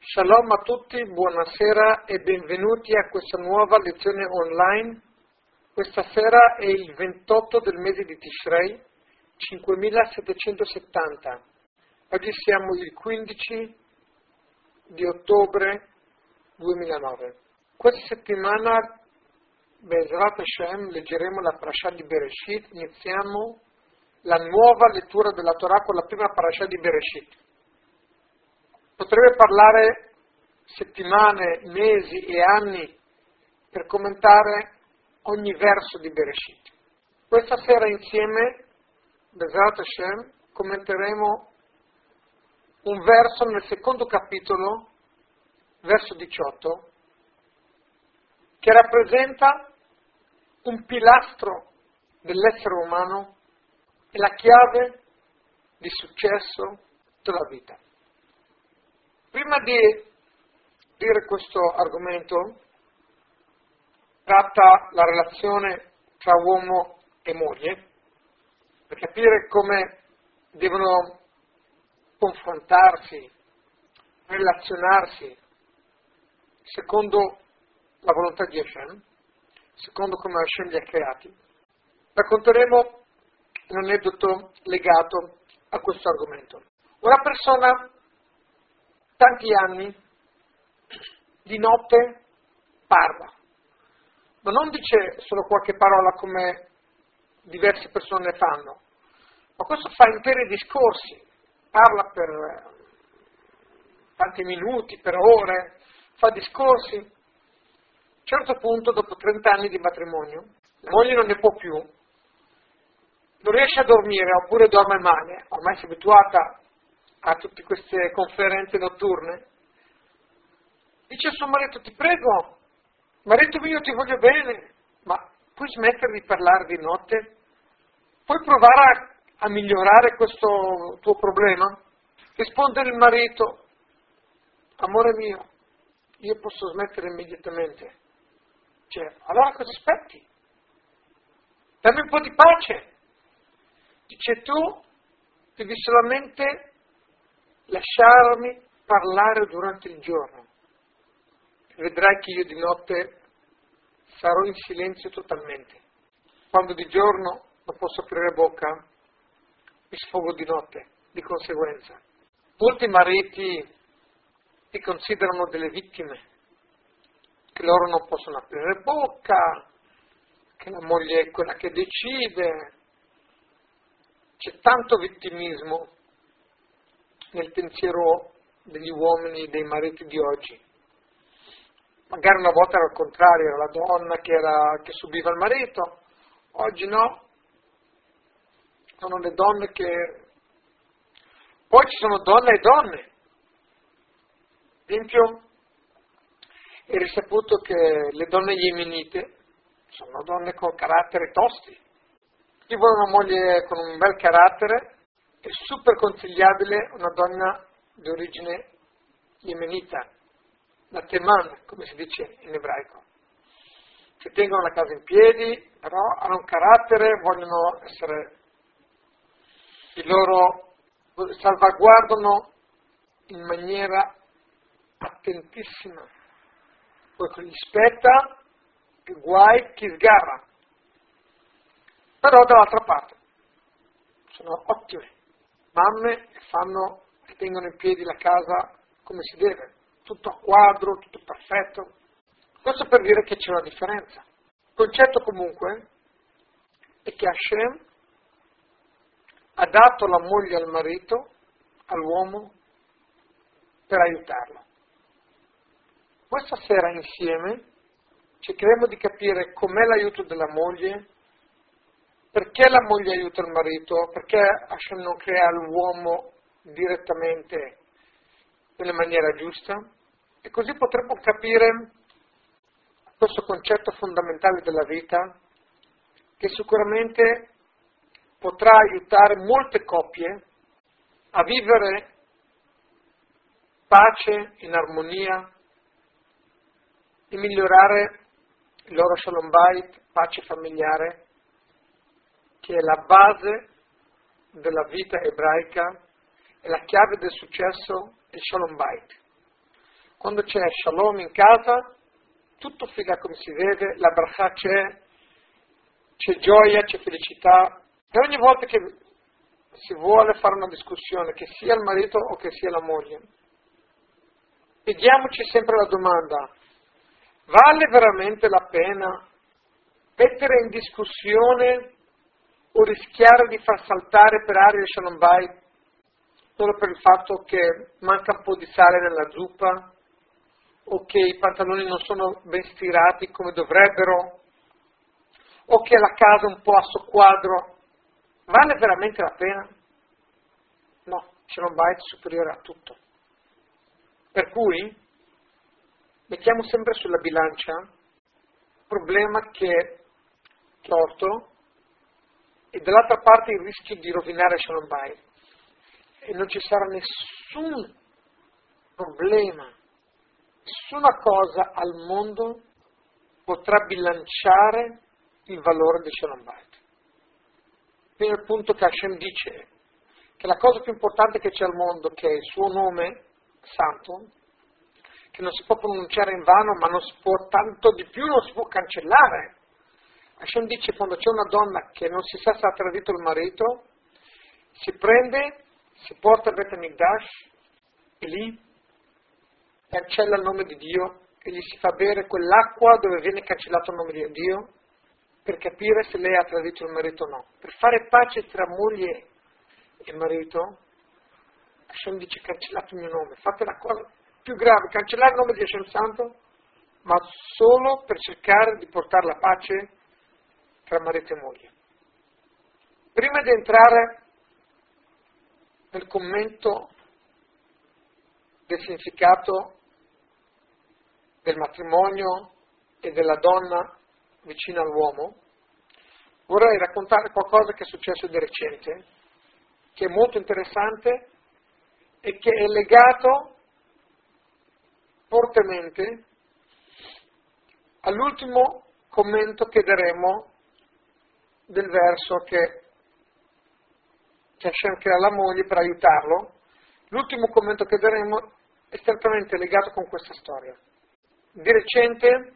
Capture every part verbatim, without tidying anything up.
Shalom a tutti, buonasera e benvenuti a questa nuova lezione online. Questa sera è il ventotto del mese di Tishrei, cinquemilasettecentosettanta. Oggi siamo il quindici di ottobre duemilanove. Questa settimana, Be'ezrat Hashem, leggeremo la parasha di Bereshit. Iniziamo la nuova lettura della Torah con la prima parasha di Bereshit. Potrebbe parlare settimane, mesi e anni per commentare ogni verso di Bereshit. Questa sera insieme, Be'ezrat Hashem, commenteremo un verso nel secondo capitolo, verso diciotto, che rappresenta un pilastro dell'essere umano e la chiave di successo della vita. Prima di dire questo argomento, tratta la relazione tra uomo e moglie, per capire come devono confrontarsi, relazionarsi secondo la volontà di Hashem, secondo come Hashem li ha creati. Racconteremo un aneddoto legato a questo argomento. Una persona tanti anni di notte parla, ma non dice solo qualche parola come diverse persone fanno, ma questo fa interi discorsi, parla per tanti minuti, per ore, fa discorsi. A un certo punto, dopo trenta anni di matrimonio, la moglie non ne può più, non riesce a dormire oppure dorme male, ormai si è abituata a tutte queste conferenze notturne, dice a suo marito: ti prego, marito mio, ti voglio bene, ma puoi smettere di parlare di notte? Puoi provare a, a migliorare questo tuo problema? Risponde il marito: amore mio, io posso smettere immediatamente. Cioè, allora cosa aspetti? Dammi un po' di pace. Dice: tu devi solamente lasciarmi parlare durante il giorno. Vedrai che io di notte sarò in silenzio totalmente. Quando di giorno non posso aprire bocca, mi sfogo di notte, di conseguenza. Molti mariti ti considerano delle vittime, che loro non possono aprire bocca, che la moglie è quella che decide. C'è tanto vittimismo nel pensiero degli uomini, dei mariti di oggi. Magari una volta era il contrario, era la donna che, era, che subiva il marito, oggi no, sono le donne che... Poi ci sono donne e donne. Ad esempio, è risaputo che le donne yemenite sono donne con caratteri tosti. Chi vuole una moglie con un bel carattere è super consigliabile una donna di origine yemenita, la Teman, come si dice in ebraico, che tengono la casa in piedi, però hanno un carattere, vogliono essere, il loro salvaguardano in maniera attentissima. Poi che gli spetta, che guai, chi sgarra. Però dall'altra parte sono ottime mamme che fanno, che tengono in piedi la casa come si deve, tutto a quadro, tutto perfetto. Questo per dire che c'è una differenza. Il concetto comunque è che Hashem ha dato la moglie al marito, all'uomo, per aiutarlo. Questa sera insieme cercheremo di capire com'è l'aiuto della moglie, perché la moglie aiuta il marito, perché Hashem non crea l'uomo direttamente nella maniera giusta, e così potremo capire questo concetto fondamentale della vita, che sicuramente potrà aiutare molte coppie a vivere pace, in armonia, e migliorare il loro shalom bayit, pace familiare, che è la base della vita ebraica, è la chiave del successo, il shalom bayit. quando c'è shalom in casa, tutto fila come si vede, la bracha c'è, c'è gioia, c'è felicità, e ogni volta che si vuole fare una discussione, che sia il marito o che sia la moglie, vediamoci sempre la domanda: vale veramente la pena mettere in discussione o rischiare di far saltare per aria il Shalom Bayit solo per il fatto che manca un po' di sale nella zuppa, o che i pantaloni non sono ben stirati come dovrebbero, o che la casa è un po' a soqquadro? Vale veramente la pena? No, Shalom Bayit è superiore a tutto. Per cui mettiamo sempre sulla bilancia il problema che è torto e dall'altra parte il rischio di rovinare Shalom Bayit, e non ci sarà nessun problema, nessuna cosa al mondo potrà bilanciare il valore di Shalom Bayit. Quindi il punto che Hashem dice che la cosa più importante che c'è al mondo, che è il suo nome santo, che non si può pronunciare in vano, ma non si può, tanto di più non si può cancellare. Hashem dice: quando c'è una donna che non si sa se ha tradito il marito, si prende, si porta al Bet HaMikdash e lì cancella il nome di Dio e gli si fa bere quell'acqua dove viene cancellato il nome di Dio, per capire se lei ha tradito il marito o no. Per fare pace tra moglie e marito, Hashem dice: cancellate il mio nome, fate la cosa più grave, cancellare il nome di Hashem Santo, ma solo per cercare di portare la pace tra marito e moglie. Prima di entrare nel commento del significato del matrimonio e della donna vicina all'uomo, vorrei raccontare qualcosa che è successo di recente, che è molto interessante e che è legato fortemente all'ultimo commento che daremo del verso che, che Hashem crea la moglie per aiutarlo. L'ultimo commento che daremo è strettamente legato con questa storia. Di recente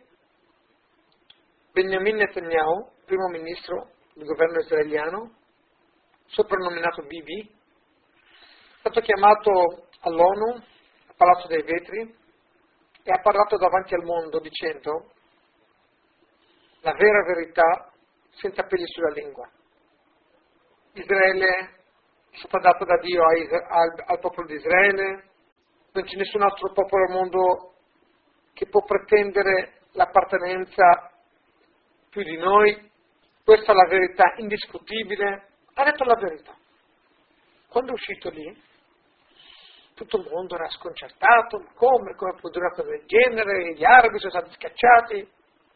Benjamin Netanyahu, primo ministro del governo israeliano, soprannominato Bibi, è stato chiamato all'ONU, al Palazzo dei Vetri, e ha parlato davanti al mondo dicendo la vera verità senza peli sulla lingua. Israele è stata data da Dio al, al popolo di Israele, non c'è nessun altro popolo al mondo che può pretendere l'appartenenza più di noi, questa è la verità indiscutibile. Ha detto la verità. Quando è uscito lì, tutto il mondo era sconcertato: ma come, come può dire una cosa del genere, gli arabi sono stati scacciati,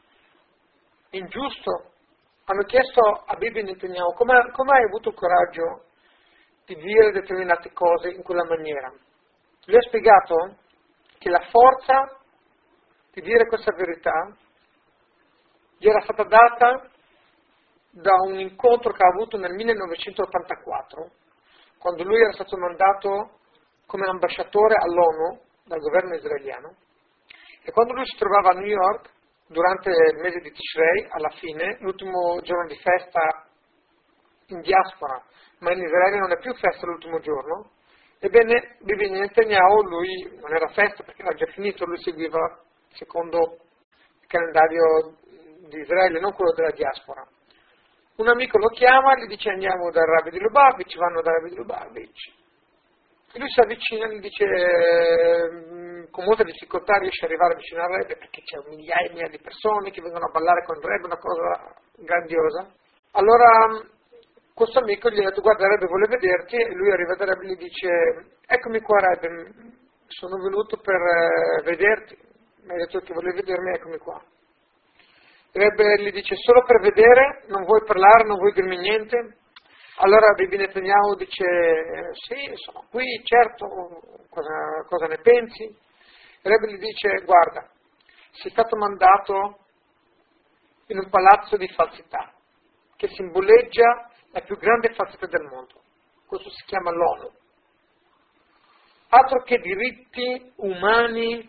ingiusto. Hanno chiesto a Bibi Netanyahu: come, come hai avuto il coraggio di dire determinate cose in quella maniera? Lui ha spiegato che la forza di dire questa verità gli era stata data da un incontro che ha avuto nel millenovecentottantaquattro, quando lui era stato mandato come ambasciatore all'ONU dal governo israeliano, e quando lui si trovava a New York durante il mese di Tishrei, alla fine, l'ultimo giorno di festa in diaspora, ma in Israele non è più festa l'ultimo giorno, ebbene Bibi Netanyahu, lui non era festa perché era già finito, lui seguiva secondo il calendario di Israele, non quello della diaspora. Un amico lo chiama e gli dice: andiamo dal Rabbi di Lubavitch, vanno dal Rabbi di Lubavitch. E lui si avvicina e gli dice, con molta difficoltà riesce ad arrivare vicino al Rebbe, perché c'è migliaia e migliaia di persone che vengono a ballare con il Rebbe, una cosa grandiosa. Allora questo amico gli ha detto: guarda, il Rebbe vuole vederti, e lui arriva dal Rebbe e gli dice: eccomi qua Rebbe, sono venuto per vederti, mi hai detto che volevi vedermi, eccomi qua. Il Rebbe gli dice: solo per vedere, non vuoi parlare, non vuoi dirmi niente? Allora Bibi Netanyahu dice: sì, sono qui, certo, cosa, cosa ne pensi? Il Rebbe gli dice: guarda, sei stato mandato in un palazzo di falsità, che simboleggia la più grande falsità del mondo. Questo si chiama l'ONU. Altro che diritti umani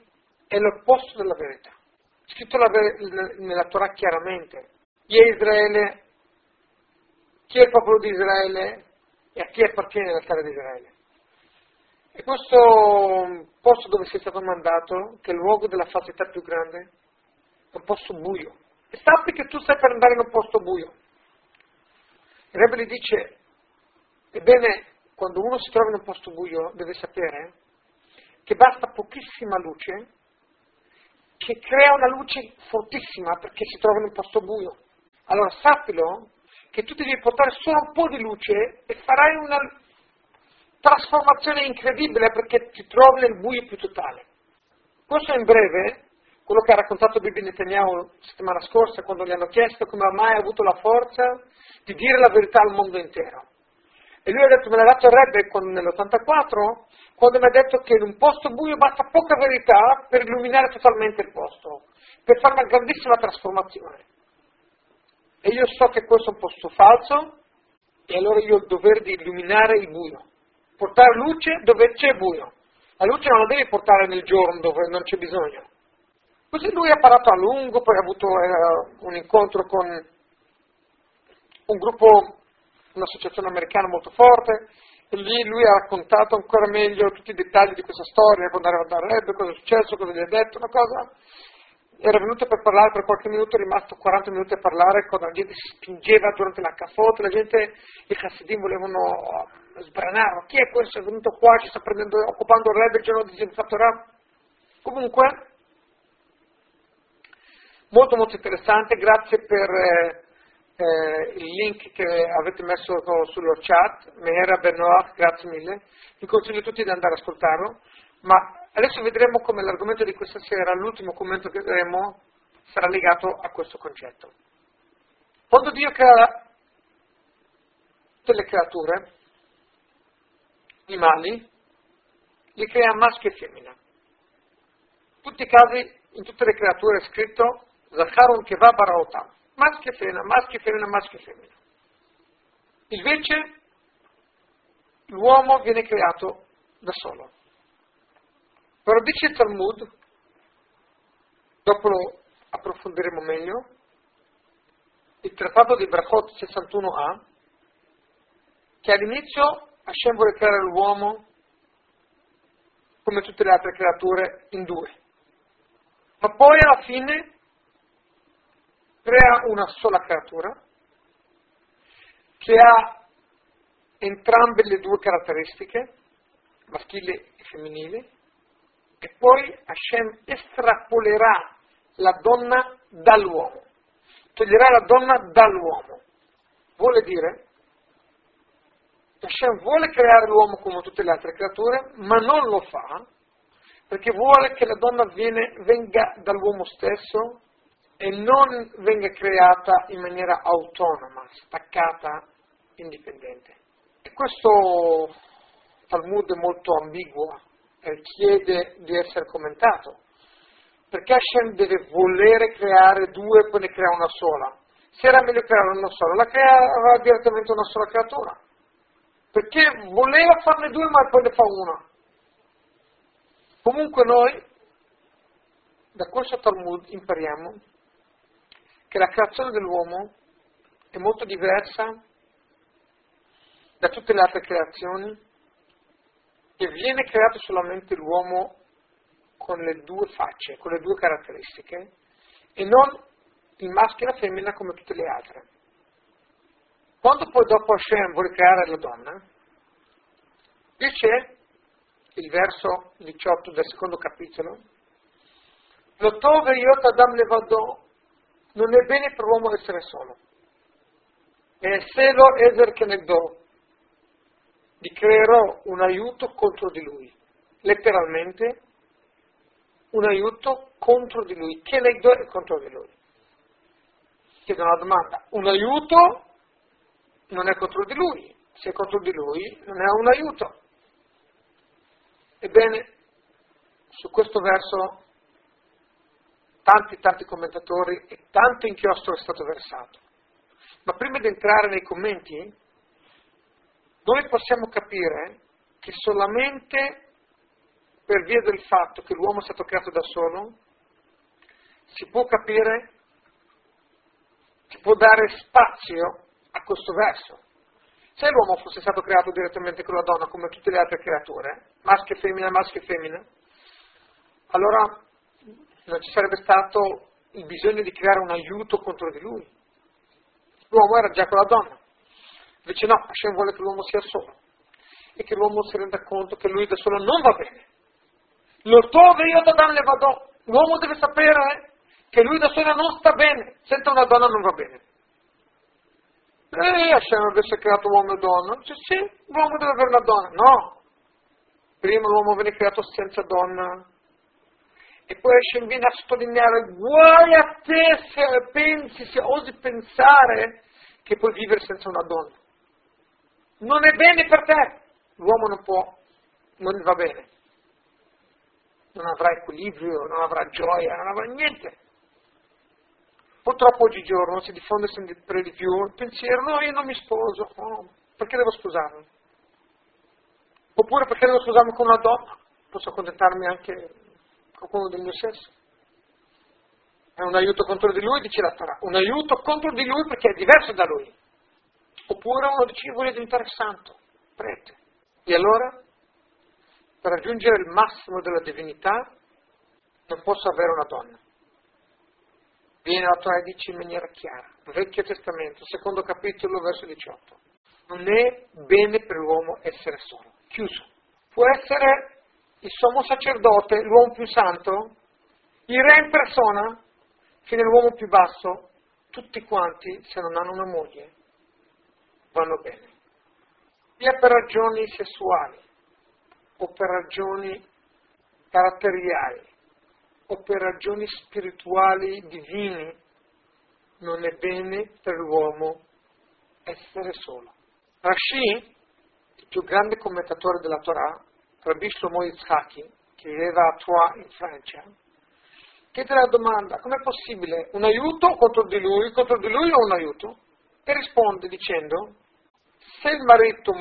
è l'opposto della verità. È scritto la ver- nella Torah chiaramente, chi è Israele, chi è il popolo di Israele e a chi appartiene la terra di Israele. E questo posto dove sei stato mandato, che è il luogo della falsità più grande, è un posto buio. E sappi che tu stai per andare in un posto buio. Il Rebbe gli dice, ebbene, quando uno si trova in un posto buio, deve sapere che basta pochissima luce, che crea una luce fortissima perché si trova in un posto buio. Allora sappilo che tu devi portare solo un po' di luce e farai una trasformazione incredibile perché ti trovi nel buio più totale. Questo in breve, quello che ha raccontato Bibi Netanyahu la settimana scorsa quando gli hanno chiesto come mai ha avuto la forza di dire la verità al mondo intero. E lui ha detto, me l'ha dato il Rebbe nell'ottantaquattro, quando mi ha detto che in un posto buio basta poca verità per illuminare totalmente il posto, per fare una grandissima trasformazione. E io so che questo è un posto falso, e allora io ho il dovere di illuminare il buio, portare luce dove c'è buio. La luce non la devi portare nel giorno dove non c'è bisogno. Così lui ha parlato a lungo, poi ha avuto eh, un incontro con un gruppo, un'associazione americana molto forte, e lì lui ha raccontato ancora meglio tutti i dettagli di questa storia, quando era andato a Rebbe, cosa è successo, cosa gli ha detto, una cosa. Era venuto per parlare per qualche minuto, è rimasto quaranta minuti a parlare, quando la gente si spingeva durante la cafota, la gente, i Hasidim volevano sbranarlo, chi è questo, è venuto qua, ci sta prendendo, occupando il Rebbe il giorno di Simchat Torah. Comunque, molto molto interessante, grazie per eh, eh, il link che avete messo sullo chat, Meher Benoach, grazie mille, vi consiglio a tutti di andare ad ascoltarlo, ma adesso vedremo come l'argomento di questa sera, l'ultimo commento che vedremo, sarà legato a questo concetto. Quando Dio crea tutte le creature, animali, li crea maschio e femmina. In tutti i casi, in tutte le creature è scritto Zacharun Keva Baraotam, maschio e femmina, maschio e femmina, maschio e femmina. Invece l'uomo viene creato da solo. Però dice il Talmud, dopo lo approfondiremo meglio, il trattato di Brachot sessantuno a, che all'inizio Hashem vuole creare l'uomo come tutte le altre creature in due, ma poi alla fine crea una sola creatura che ha entrambe le due caratteristiche, maschile e femminile, e poi Hashem estrapolerà la donna dall'uomo, toglierà la donna dall'uomo. Vuole dire che Hashem vuole creare l'uomo come tutte le altre creature, ma non lo fa perché vuole che la donna viene, venga dall'uomo stesso e non venga creata in maniera autonoma, staccata, indipendente. E questo Talmud è molto ambiguo e chiede di essere commentato. Perché Hashem deve volere creare due e poi ne crea una sola? Se era meglio creare una sola, la creava direttamente una sola creatura. Perché voleva farne due ma poi ne fa una. Comunque noi, da questo Talmud impariamo che la creazione dell'uomo è molto diversa da tutte le altre creazioni e viene creato solamente l'uomo con le due facce, con le due caratteristiche e non il maschio e la femmina come tutte le altre. Quando poi dopo Hashem vuole creare la donna, dice il verso diciotto del secondo capitolo, Lo tov yot adam levado, non è bene per l'uomo essere solo. E se lo eser kenegdo, gli creerò un aiuto contro di lui. Letteralmente, un aiuto contro di lui. Kenegdo è contro di lui. Chiedo una domanda. Un aiuto non è contro di lui. Se è contro di lui, non è un aiuto. Ebbene, su questo verso tanti, tanti commentatori e tanto inchiostro è stato versato. Ma prima di entrare nei commenti, noi possiamo capire che solamente per via del fatto che l'uomo è stato creato da solo, si può capire, si può dare spazio a questo verso. Se l'uomo fosse stato creato direttamente con la donna come tutte le altre creature, maschio e femmina, maschio e femmina, allora non ci sarebbe stato il bisogno di creare un aiuto contro di lui. L'uomo era già con la donna. Invece no, Hashem vuole che l'uomo sia solo e che l'uomo si renda conto che lui da solo non va bene. Lo tove io da Dan le vado. L'uomo deve sapere che lui da solo non sta bene, senza una donna non va bene. E Hashem avesse creato uomo e donna, dice sì, l'uomo deve avere una donna. No, prima l'uomo viene creato senza donna. E poi Hashem viene a sottolineare, guai a te se pensi, se osi pensare che puoi vivere senza una donna. Non è bene per te. L'uomo non può, non gli va bene. Non avrà equilibrio, non avrà gioia, non avrà niente. Purtroppo oggigiorno si diffonde sempre di più il pensiero, no, io non mi sposo, no, perché devo sposarmi? Oppure perché devo sposarmi con una donna? Posso accontentarmi anche con uno del mio sesso. È un aiuto contro di lui, dice la Torah, un aiuto contro di lui perché è diverso da lui. Oppure uno dice, io voglio diventare santo, prete. E allora, per raggiungere il massimo della divinità, non posso avere una donna. Viene la Torah e dice in maniera chiara, Vecchio Testamento, secondo capitolo, verso diciotto. Non è bene per l'uomo essere solo, chiuso. Può essere il sommo sacerdote, l'uomo più santo, il re in persona, fino all'uomo più basso, tutti quanti, se non hanno una moglie, vanno bene. Sia per ragioni sessuali, o per ragioni caratteriali, o per ragioni spirituali divine, non è bene per l'uomo essere solo. Rashi, il più grande commentatore della Torah, Rabbi Shlomo Yitzhaki, che viveva a Troyes in Francia, chiede la domanda, com'è possibile un aiuto contro di lui, contro di lui o un aiuto? E risponde dicendo, se il marito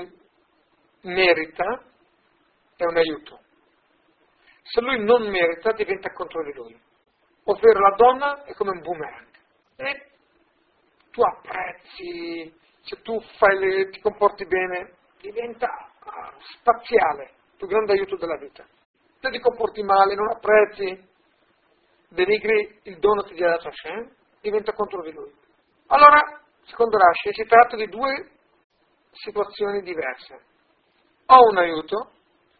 merita, è un aiuto. Se lui non merita, diventa contro di lui. Ovvero la donna è come un boomerang. E tu apprezzi, se tu fai le, ti comporti bene, diventa uh, spaziale, il più grande aiuto della vita. Se ti comporti male, non apprezzi, denigri il dono che ti ha dato Hashem, diventa contro di lui. Allora, secondo Rashi, si tratta di due situazioni diverse. O un aiuto,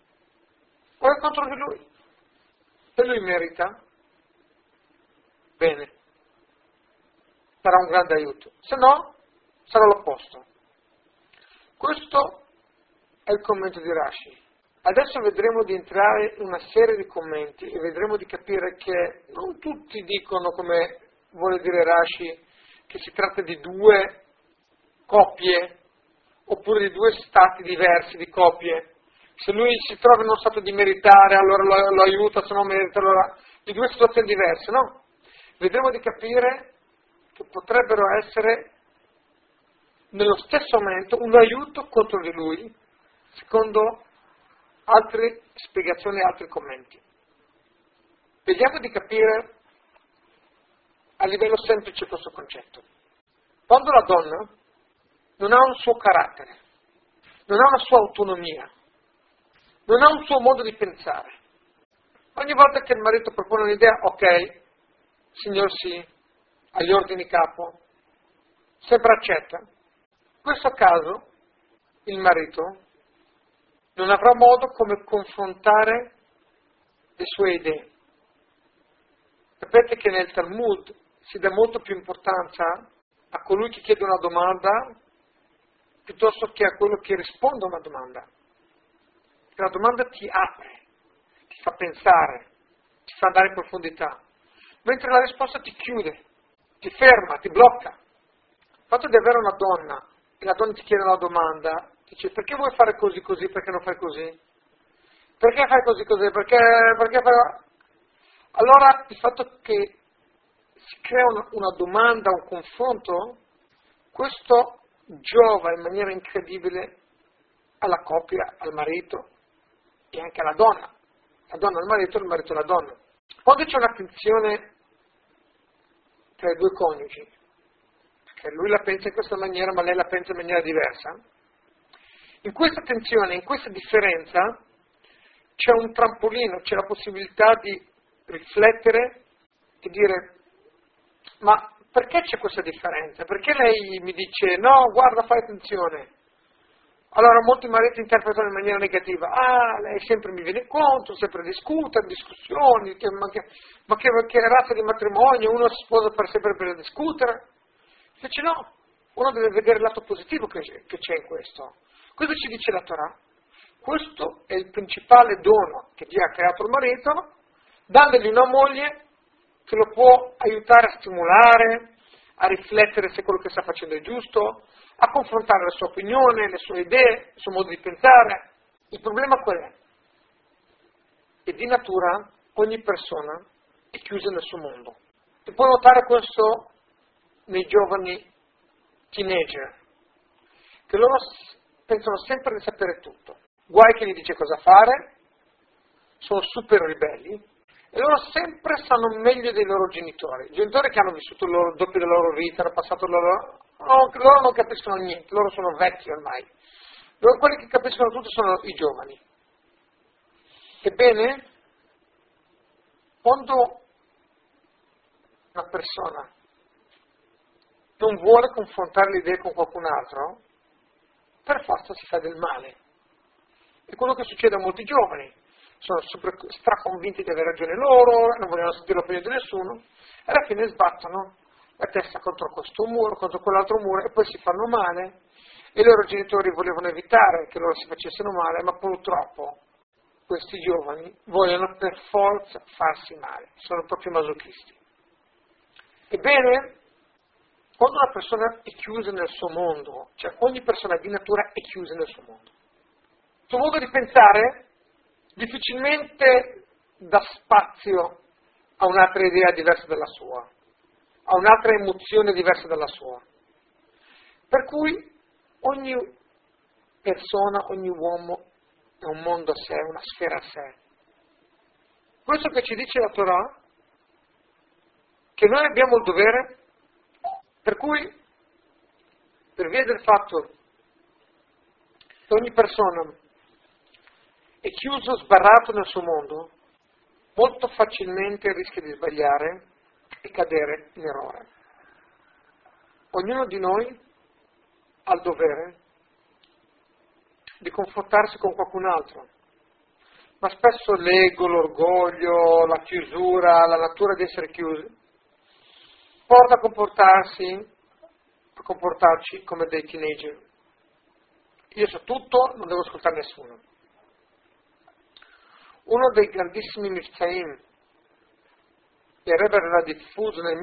o è contro di lui. Se lui merita, bene, sarà un grande aiuto. Se no, sarà l'opposto. Questo è il commento di Rashi. Adesso vedremo di entrare in una serie di commenti e vedremo di capire che non tutti dicono, come vuole dire Rashi, che si tratta di due coppie, oppure di due stati diversi di coppie. Se lui si trova in uno stato di meritare, allora lo, lo aiuta, se non merita, allora di due situazioni diverse, no? Vedremo di capire che potrebbero essere nello stesso momento un aiuto contro di lui, secondo altre spiegazioni e altri commenti. Vediamo di capire a livello semplice questo concetto. Quando la donna non ha un suo carattere, non ha una sua autonomia, non ha un suo modo di pensare, ogni volta che il marito propone un'idea, ok, signor sì, agli ordini capo, sempre accetta. In questo caso il marito non avrà modo come confrontare le sue idee. Sapete che nel Talmud si dà molto più importanza a colui che chiede una domanda piuttosto che a quello che risponde a una domanda. La domanda ti apre, ti fa pensare, ti fa andare in profondità, mentre la risposta ti chiude, ti ferma, ti blocca. Il fatto di avere una donna e la donna ti chiede una domanda, dice perché vuoi fare così così, perché non fai così? Perché fai così così? Perché, perché fai... Allora il fatto che si crea una, una domanda, un confronto, questo giova in maniera incredibile alla coppia, al marito e anche alla donna. la donna al marito e il marito alla donna. Quando c'è una tensione tra i due coniugi, perché lui la pensa in questa maniera ma lei la pensa in maniera diversa, in questa tensione, in questa differenza c'è un trampolino, c'è la possibilità di riflettere e dire: ma perché c'è questa differenza? Perché lei mi dice no, guarda, fai attenzione? Allora molti mariti interpretano in maniera negativa: ah, lei sempre mi viene incontro, sempre discute, discussioni, che, ma, che, ma che, che razza di matrimonio, uno si sposa per sempre per discutere. Invece no, uno deve vedere il lato positivo che, che c'è in questo. Cosa ci dice la Torah? Questo è il principale dono che Dio ha creato il marito, dandogli una moglie che lo può aiutare a stimolare, a riflettere se quello che sta facendo è giusto, a confrontare la sua opinione, le sue idee, il suo modo di pensare. Il problema qual è? Che di natura ogni persona è chiusa nel suo mondo. Si può notare questo nei giovani teenager, che loro pensano sempre di sapere tutto. Guai che gli dice cosa fare, sono super ribelli, e loro sempre sanno meglio dei loro genitori. I genitori che hanno vissuto il loro, doppio della loro vita, hanno passato il loro... No, loro non capiscono niente, loro sono vecchi ormai. Loro, quelli che capiscono tutto sono i giovani. Ebbene, quando una persona non vuole confrontare le idee con qualcun altro, per forza si fa del male. È quello che succede a molti giovani. Sono super straconvinti di avere ragione loro, non vogliono sentire l'opinione di nessuno, e alla fine sbattono la testa contro questo muro, contro quell'altro muro, e poi si fanno male. E i loro genitori volevano evitare che loro si facessero male, ma purtroppo questi giovani vogliono per forza farsi male, sono proprio masochisti. Ebbene, quando una persona è chiusa nel suo mondo, cioè ogni persona di natura è chiusa nel suo mondo, il suo modo di pensare difficilmente dà spazio a un'altra idea diversa dalla sua, a un'altra emozione diversa dalla sua. Per cui ogni persona, ogni uomo è un mondo a sé, una sfera a sé. Questo che ci dice la Torah, che noi abbiamo il dovere, per cui, per via del fatto che ogni persona è chiuso, sbarrato nel suo mondo, molto facilmente rischia di sbagliare e cadere in errore. Ognuno di noi ha il dovere di confrontarsi con qualcun altro, ma spesso l'ego, l'orgoglio, la chiusura, la natura di essere chiusi, porta a comportarsi, a comportarci come dei teenager. Io so tutto, non devo ascoltare nessuno. Uno dei grandissimi Miftaim che il Rebbe aveva diffuso nel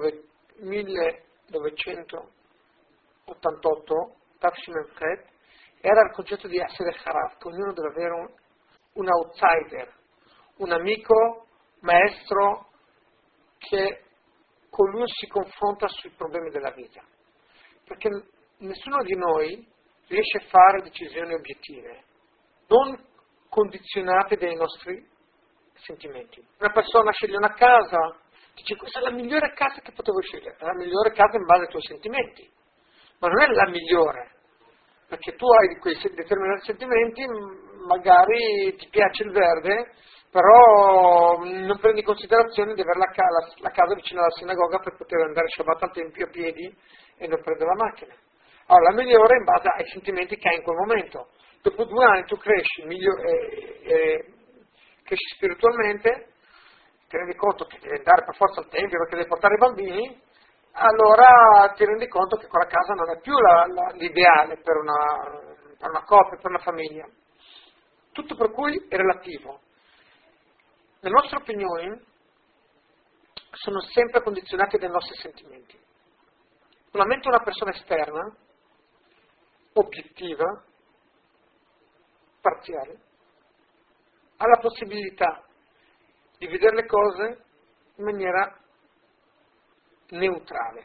millenovecentottantotto, Tafshim Chet, era il concetto di essere Haraf, che ognuno deve avere un, un outsider, un amico, maestro, che con lui si confronta sui problemi della vita. Perché nessuno di noi riesce a fare decisioni obiettive, non condizionate dai nostri sentimenti. Una persona sceglie una casa, dice questa è la migliore casa che potevo scegliere, è la migliore casa in base ai tuoi sentimenti, ma non è la migliore, perché tu hai quei determinati sentimenti, magari ti piace il verde, però non prendi in considerazione di avere la, ca- la, la casa vicino alla sinagoga per poter andare Shabbat al tempio a piedi e non prendere la macchina. Allora, la migliore è in base ai sentimenti che hai in quel momento. Dopo due anni tu cresci, miglior- eh, eh, cresci spiritualmente, ti rendi conto che devi andare per forza al tempio perché devi portare i bambini, allora ti rendi conto che quella casa non è più la, la, l'ideale per una, per una coppia, per una famiglia. Tutto per cui è relativo. Le nostre opinioni sono sempre condizionate dai nostri sentimenti. Solamente una persona esterna, obiettiva, parziale, ha la possibilità di vedere le cose in maniera neutrale,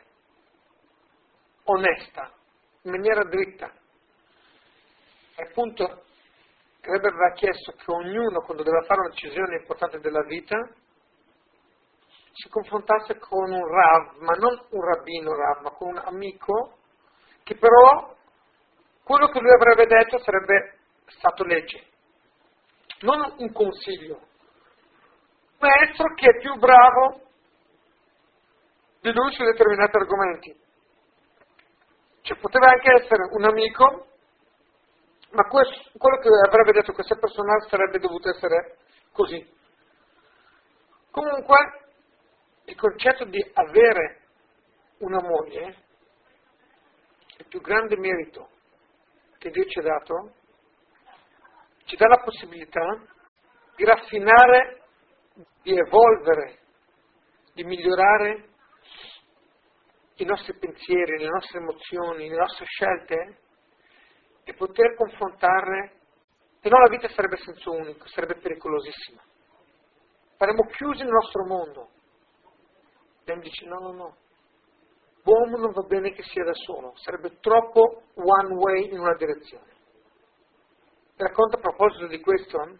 onesta, in maniera dritta. E appunto Rebbe aveva chiesto che ognuno, quando doveva fare una decisione importante della vita, si confrontasse con un Rav, ma non un rabbino Rav, ma con un amico, che però quello che lui avrebbe detto sarebbe stato legge, non un consiglio. Un maestro che è più bravo di lui su determinati argomenti. Cioè poteva anche essere un amico, ma questo, quello che avrebbe detto questa persona sarebbe dovuto essere così. Comunque, il concetto di avere una moglie, il più grande merito che Dio ci ha dato, ci dà la possibilità di raffinare, di evolvere, di migliorare i nostri pensieri, le nostre emozioni, le nostre scelte e poter confrontarle, se no la vita sarebbe senso unico, sarebbe pericolosissima. Saremmo chiusi nel nostro mondo. E mi dice no, no, no, l'uomo non va bene che sia da solo, sarebbe troppo one way in una direzione. Vi racconto a proposito di questo, una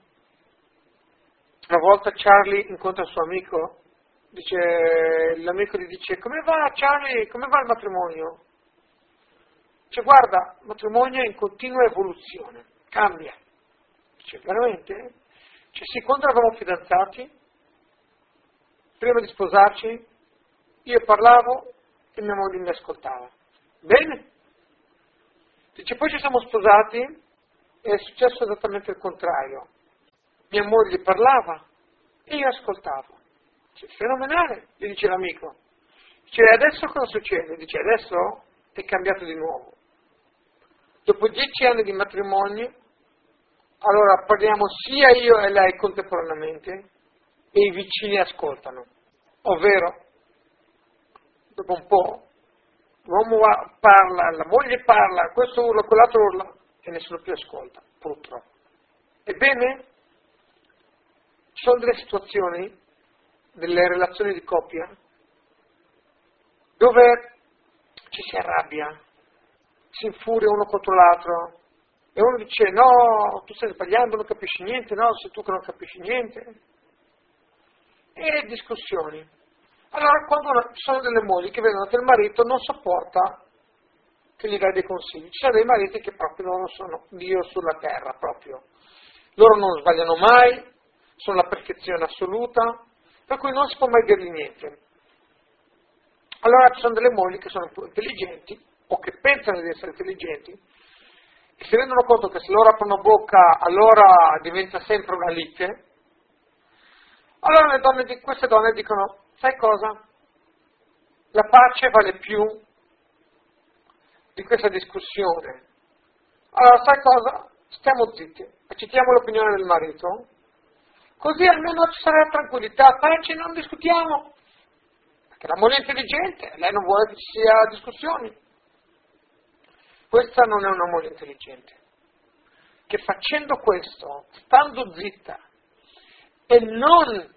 volta Charlie incontra il suo amico, dice, l'amico gli dice, come va Charlie, come va il matrimonio? Dice, guarda, il matrimonio è in continua evoluzione, cambia. Dice, veramente? Dice, sì, quando eravamo fidanzati, prima di sposarci, io parlavo e mia moglie mi ascoltava. Bene? Dice, poi ci siamo sposati e è successo esattamente il contrario. Mia moglie parlava e io ascoltavo. Dice, fenomenale, gli dice l'amico. Dice, adesso cosa succede? Dice, adesso è cambiato di nuovo. Dopo dieci anni di matrimonio, allora parliamo sia io e lei contemporaneamente e i vicini ascoltano. Ovvero, dopo un po', l'uomo parla, la moglie parla, questo urla, quell'altro urla e nessuno più ascolta, purtroppo. Ebbene, ci sono delle situazioni, delle relazioni di coppia, dove ci si arrabbia, si infuria uno contro l'altro, e uno dice, no, tu stai sbagliando, non capisci niente, no, sei tu che non capisci niente. E discussioni. Allora, quando ci sono delle mogli che vedono che il marito non sopporta che gli dai dei consigli, ci sono dei mariti che proprio non sono Dio sulla terra, proprio. Loro non sbagliano mai, sono la perfezione assoluta, per cui non si può mai dirgli niente. Allora ci sono delle mogli che sono più intelligenti, o che pensano di essere intelligenti, e si rendono conto che se loro aprono bocca allora diventa sempre una lite. Allora le donne di, queste donne dicono, sai cosa? La pace vale più di questa discussione. Allora sai cosa? Stiamo zitti, accettiamo l'opinione del marito, così almeno ci sarà tranquillità, pace, non discutiamo. Perché la moglie è intelligente, lei non vuole che ci sia discussioni. Questa non è una moglie intelligente, che facendo questo, stando zitta e non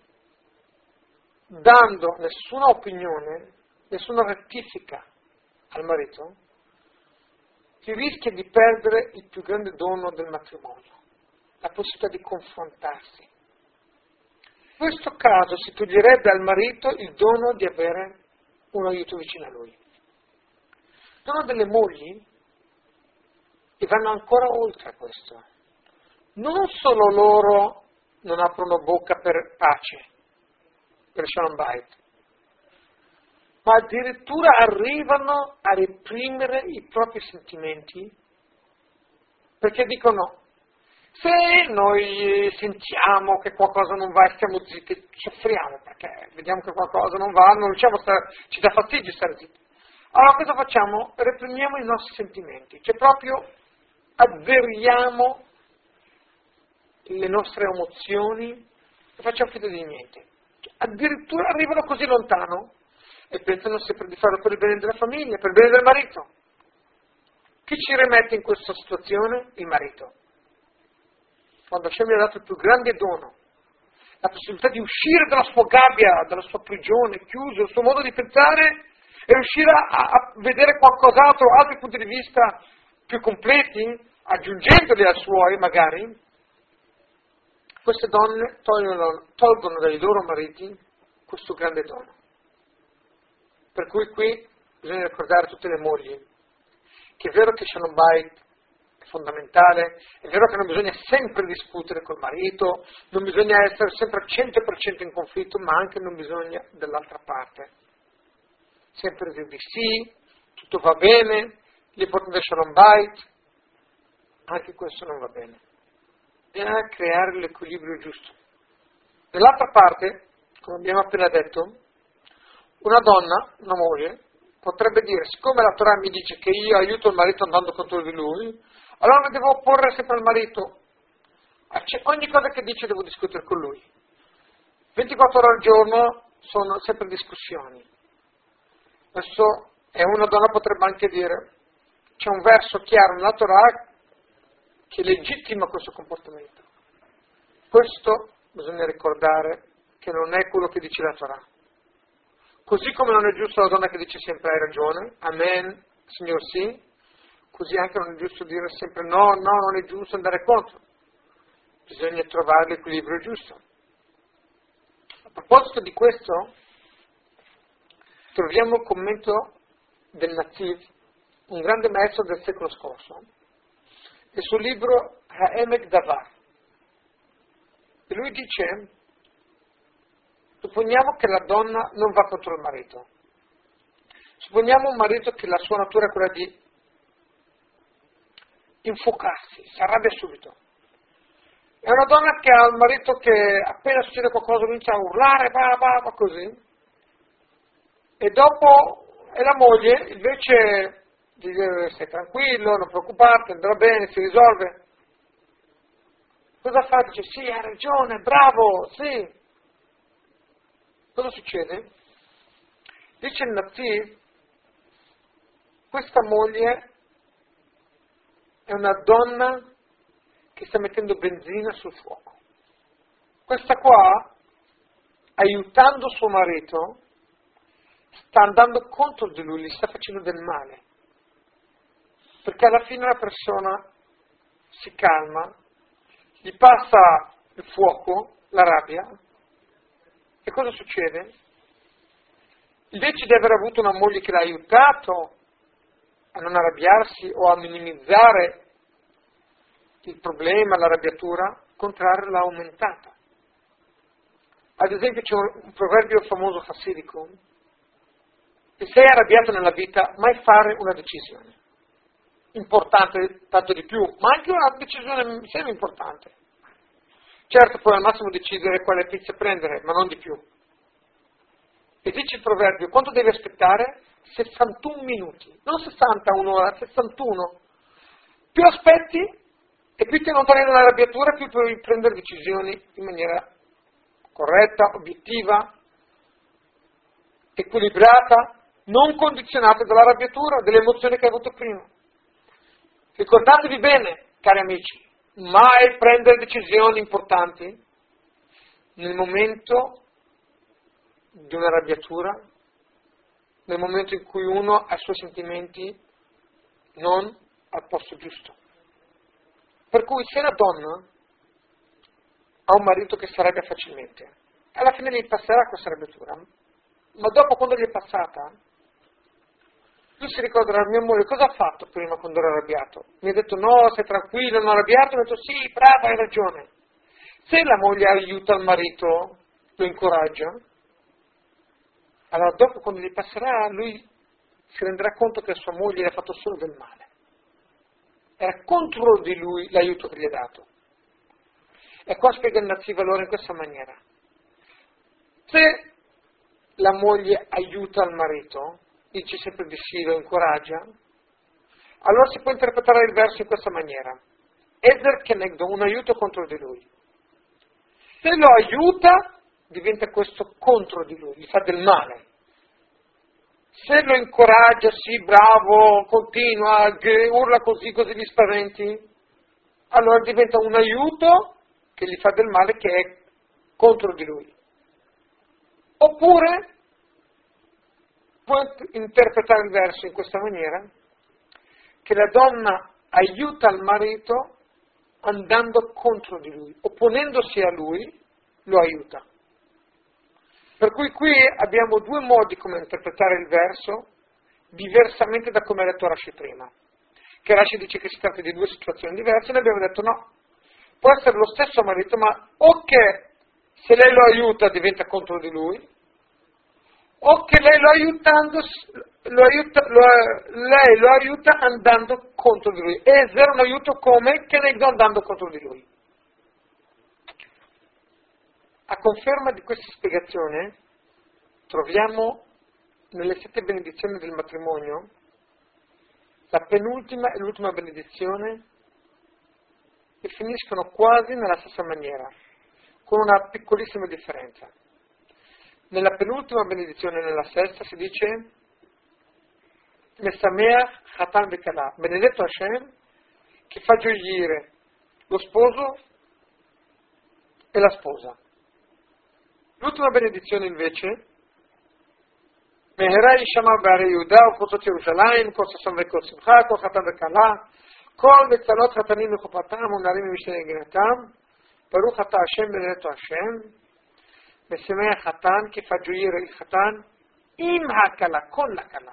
dando nessuna opinione, nessuna rettifica al marito, si rischia di perdere il più grande dono del matrimonio, la possibilità di confrontarsi. In questo caso si toglierebbe al marito il dono di avere un aiuto vicino a lui. Il dono delle mogli, e vanno ancora oltre a questo. Non solo loro non aprono bocca per pace, per shalom bait, ma addirittura arrivano a reprimere i propri sentimenti, perché dicono, se noi sentiamo che qualcosa non va e stiamo zitti, soffriamo, perché vediamo che qualcosa non va, non riusciamo a stare, ci dà fastidio stare zitti. Allora cosa facciamo? Reprimiamo i nostri sentimenti, cioè proprio azzeriamo le nostre emozioni e facciamo finta di niente. Cioè, addirittura arrivano così lontano e pensano sempre di farlo per il bene della famiglia, per il bene del marito. Chi ci rimette in questa situazione? Il marito. Quando Hashem gli ha dato il più grande dono, la possibilità di uscire dalla sua gabbia, dalla sua prigione, chiuso, il suo modo di pensare e riuscire a, a vedere qualcos'altro, altri punti di vista più completi, aggiungendoli ai suoi magari, queste donne tolgono, tolgono dai loro mariti questo grande dono. Per cui qui bisogna ricordare a tutte le mogli che è vero che Shalom Bait è fondamentale, è vero che non bisogna sempre discutere col marito, non bisogna essere sempre al cento per cento in conflitto, ma anche non bisogna dall'altra parte. Sempre dire di sì, tutto va bene, l'importante è Shalom Bait, anche questo non va bene. Bisogna creare l'equilibrio giusto. Dall'altra parte, come abbiamo appena detto, una donna, una moglie, potrebbe dire, siccome la Torah mi dice che io aiuto il marito andando contro di lui, allora mi devo opporre sempre al marito. Ogni cosa che dice devo discutere con lui. ventiquattro ore al giorno sono sempre discussioni. Adesso, e una donna potrebbe anche dire, c'è un verso chiaro nella Torah che legittima questo comportamento. Questo bisogna ricordare che non è quello che dice la Torah. Così come non è giusto la donna che dice sempre hai ragione, amen, signor sì, così anche non è giusto dire sempre no, no, non è giusto andare contro. Bisogna trovare l'equilibrio giusto. A proposito di questo, troviamo il commento del Nativ, un grande maestro del secolo scorso, il suo libro Ha'emek Davar. E lui dice, supponiamo che la donna non va contro il marito. Supponiamo un marito che la sua natura è quella di infuocarsi, si arrabbia subito. È una donna che ha un marito che appena succede qualcosa comincia a urlare, va, va, va così. E dopo è la moglie, invece di dire stai tranquillo, non preoccuparti, andrà bene, si risolve. Cosa fa? Dice sì, hai ragione, bravo, sì. Cosa succede? Dice il Nativ, questa moglie è una donna che sta mettendo benzina sul fuoco. Questa qua, aiutando suo marito, sta andando contro di lui, gli sta facendo del male. Perché alla fine la persona si calma, gli passa il fuoco, la rabbia, e cosa succede? Invece di aver avuto una moglie che l'ha aiutato a non arrabbiarsi o a minimizzare il problema, l'arrabbiatura, al contrario l'ha aumentata. Ad esempio c'è un, un proverbio famoso hassidico: se sei arrabbiato nella vita, mai fare una decisione importante, tanto di più, ma anche una decisione semi importante. Certo, puoi al massimo decidere quale pizza prendere, ma non di più. E dice il proverbio, quanto devi aspettare? sessantuno minuti, non sessanta, un'ora, sessantuno. Più aspetti e più ti allontani dall'arrabbiatura, più puoi prendere decisioni in maniera corretta, obiettiva, equilibrata, non condizionate dall'arrabbiatura, delle emozioni che hai avuto prima. Ricordatevi bene, cari amici, mai prendere decisioni importanti nel momento di un'arrabbiatura, nel momento in cui uno ha i suoi sentimenti non al posto giusto. Per cui se la donna ha un marito che si arrabbia facilmente, alla fine gli passerà questa arrabbiatura, ma dopo, quando gli è passata, lui si ricorderà, mia moglie cosa ha fatto prima quando ero arrabbiato? Mi ha detto no, stai tranquillo, non arrabbiato, mi ha detto sì, brava, hai ragione. Se la moglie aiuta il marito, lo incoraggia, allora dopo, quando gli passerà, lui si renderà conto che sua moglie gli ha fatto solo del male. Era contro di lui l'aiuto che gli ha dato. E qua spiega il Nativ allora in questa maniera. Se la moglie aiuta il marito, dice sempre di sì, lo incoraggia, allora si può interpretare il verso in questa maniera. Ezer kenegdo, un aiuto contro di lui. Se lo aiuta, diventa questo contro di lui, gli fa del male. Se lo incoraggia, sì, bravo, continua, urla così, così gli spaventi, allora diventa un aiuto che gli fa del male, che è contro di lui. Oppure può interpretare il verso in questa maniera, che la donna aiuta il marito andando contro di lui, opponendosi a lui, lo aiuta. Per cui qui abbiamo due modi come interpretare il verso, diversamente da come ha detto Rashi prima. Che Rashi dice che si tratta di due situazioni diverse, noi abbiamo detto no, può essere lo stesso marito, ma o che se lei lo aiuta diventa contro di lui, o che lei lo aiutando, lo aiuta, lo, lei lo aiuta andando contro di lui. E Ezer un aiuto come che ne do andando contro di lui. A conferma di questa spiegazione troviamo nelle sette benedizioni del matrimonio la penultima e l'ultima benedizione che finiscono quasi nella stessa maniera, con una piccolissima differenza. Nella penultima benedizione, nella sesta, si dice Mesameach Chatan Vekala, benedetto Hashem che fa gioire lo sposo e la sposa. L'ultima benedizione invece Meherai Shama Bare Yehuda Uchotzot Yerushalayim Kol Sasam Vekol Simcha Kol Chatan Vekala Kol Vetzalot Chatanim Mechopatam Unarim Mishnei Ginatam Baruch Ata Hashem benedetto Hashem Mesameach Chatan che fa gioire il Chatan Im HaKala, con la Kala.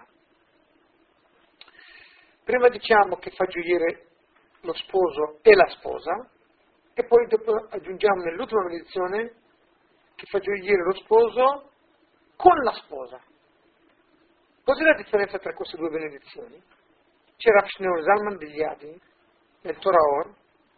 Prima diciamo che fa gioire lo sposo e la sposa e poi dopo aggiungiamo nell'ultima benedizione che fa gioire lo sposo con la sposa. Cos'è la differenza tra queste due benedizioni? C'è Rav Shneur Zalman degli Adi nel Torah Or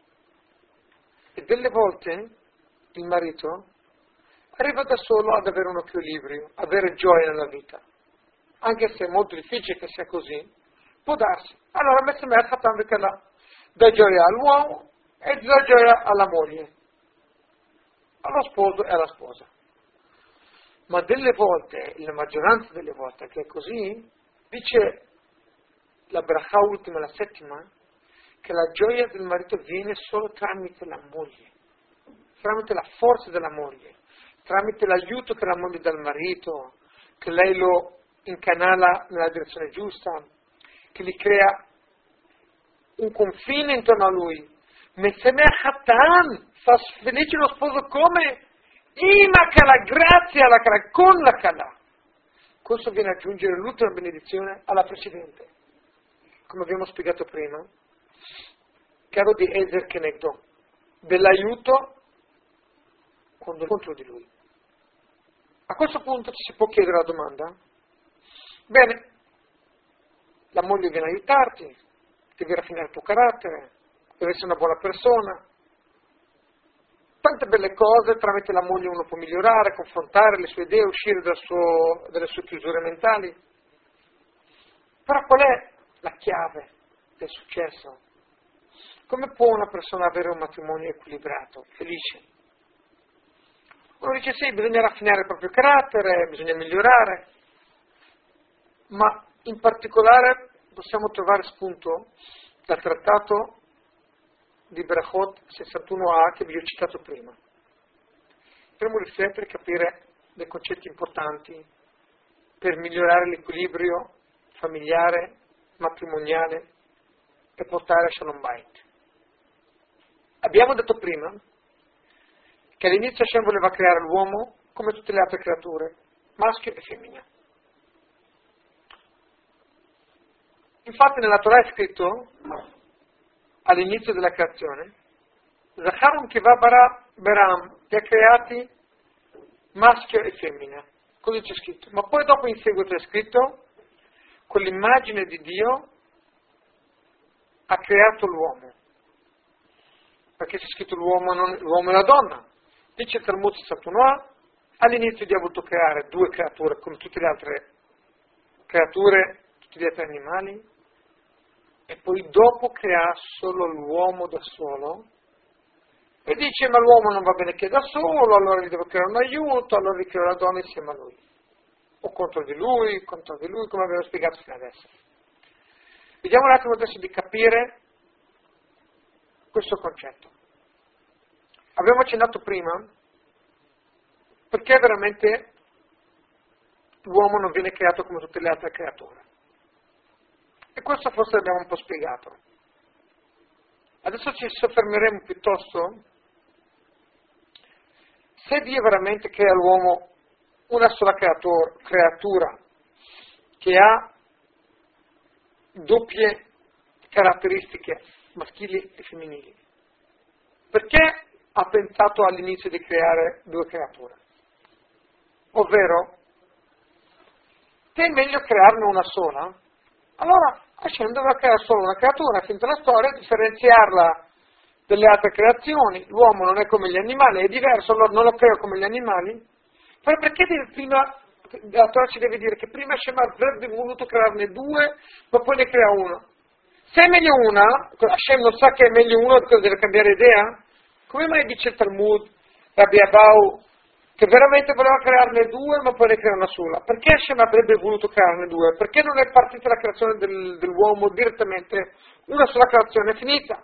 e delle volte il marito arriva da solo ad avere un equilibrio, avere gioia nella vita, anche se è molto difficile che sia così, può darsi. Allora messo me a dà gioia all'uomo e dà gioia alla moglie, allo sposo e alla sposa. Ma delle volte, la maggioranza delle volte che è così, dice la bracha ultima, la settima, che la gioia del marito viene solo tramite la moglie, tramite la forza della moglie, tramite l'aiuto che la moglie dà al marito, che lei lo incanala nella direzione giusta, che gli crea un confine intorno a lui. Mesameach Chatan, fa felice lo sposo come? Ima Kala, grazie alla Kala, con la Kala. Questo viene ad aggiungere l'ultima benedizione alla precedente. Come abbiamo spiegato prima, caro di Ezer Kenegdo, dell'aiuto contro di lui. A questo punto ci si può chiedere la domanda, bene, la moglie viene a aiutarti, devi raffinare il tuo carattere, devi essere una buona persona, tante belle cose, tramite la moglie uno può migliorare, confrontare le sue idee, uscire dal suo, dalle sue chiusure mentali. Però qual è la chiave del successo? Come può una persona avere un matrimonio equilibrato, felice? Uno dice sì, bisogna raffinare il proprio carattere, bisogna migliorare, ma in particolare possiamo trovare spunto dal trattato di Berachot sessantuno A che vi ho citato prima. Dovremmo riflettere e capire dei concetti importanti per migliorare l'equilibrio familiare, matrimoniale e portare a Shalom Bait. Abbiamo detto prima che all'inizio Hashem voleva creare l'uomo come tutte le altre creature, maschio e femmina. Infatti nella Torah è scritto all'inizio della creazione Zacharum Kiva Bara Beram, li ha creati maschio e femmina, così c'è scritto. Ma poi dopo in seguito è scritto con l'immagine di Dio ha creato l'uomo, perché c'è scritto l'uomo, non, l'uomo e la donna. Dice Talmud sessantuno A, all'inizio Dio ha voluto creare due creature come tutte le altre creature, tutti gli altri animali, e poi dopo crea solo l'uomo da solo, e dice ma l'uomo non va bene che è da solo, allora gli devo creare un aiuto, allora gli creo la donna insieme a lui, o contro di lui, contro di lui, come abbiamo spiegato fino adesso. Vediamo un attimo adesso di capire questo concetto. Abbiamo accennato prima perché veramente l'uomo non viene creato come tutte le altre creature. E questo forse l'abbiamo un po' spiegato. Adesso ci soffermeremo piuttosto se Dio veramente crea l'uomo una sola creator, creatura che ha doppie caratteristiche maschili e femminili. Perché ha pensato all'inizio di creare due creature? Ovvero, se è meglio crearne una sola, allora Hashem doveva creare solo una creatura, finita la storia, differenziarla delle altre creazioni. L'uomo non è come gli animali, è diverso, allora non lo creo come gli animali. Però perché deve prima, la Torah ci deve dire che prima Hashem avrebbe voluto crearne due, ma poi ne crea uno. Se è meglio una, Hashem non sa che è meglio uno, deve cambiare idea? Come mai dice il Talmud, Rabbi Abau, che veramente voleva crearne due, ma poi ne crea una sola? Perché Hashem avrebbe voluto crearne due? Perché non è partita la creazione del, dell'uomo direttamente, una sola creazione finita?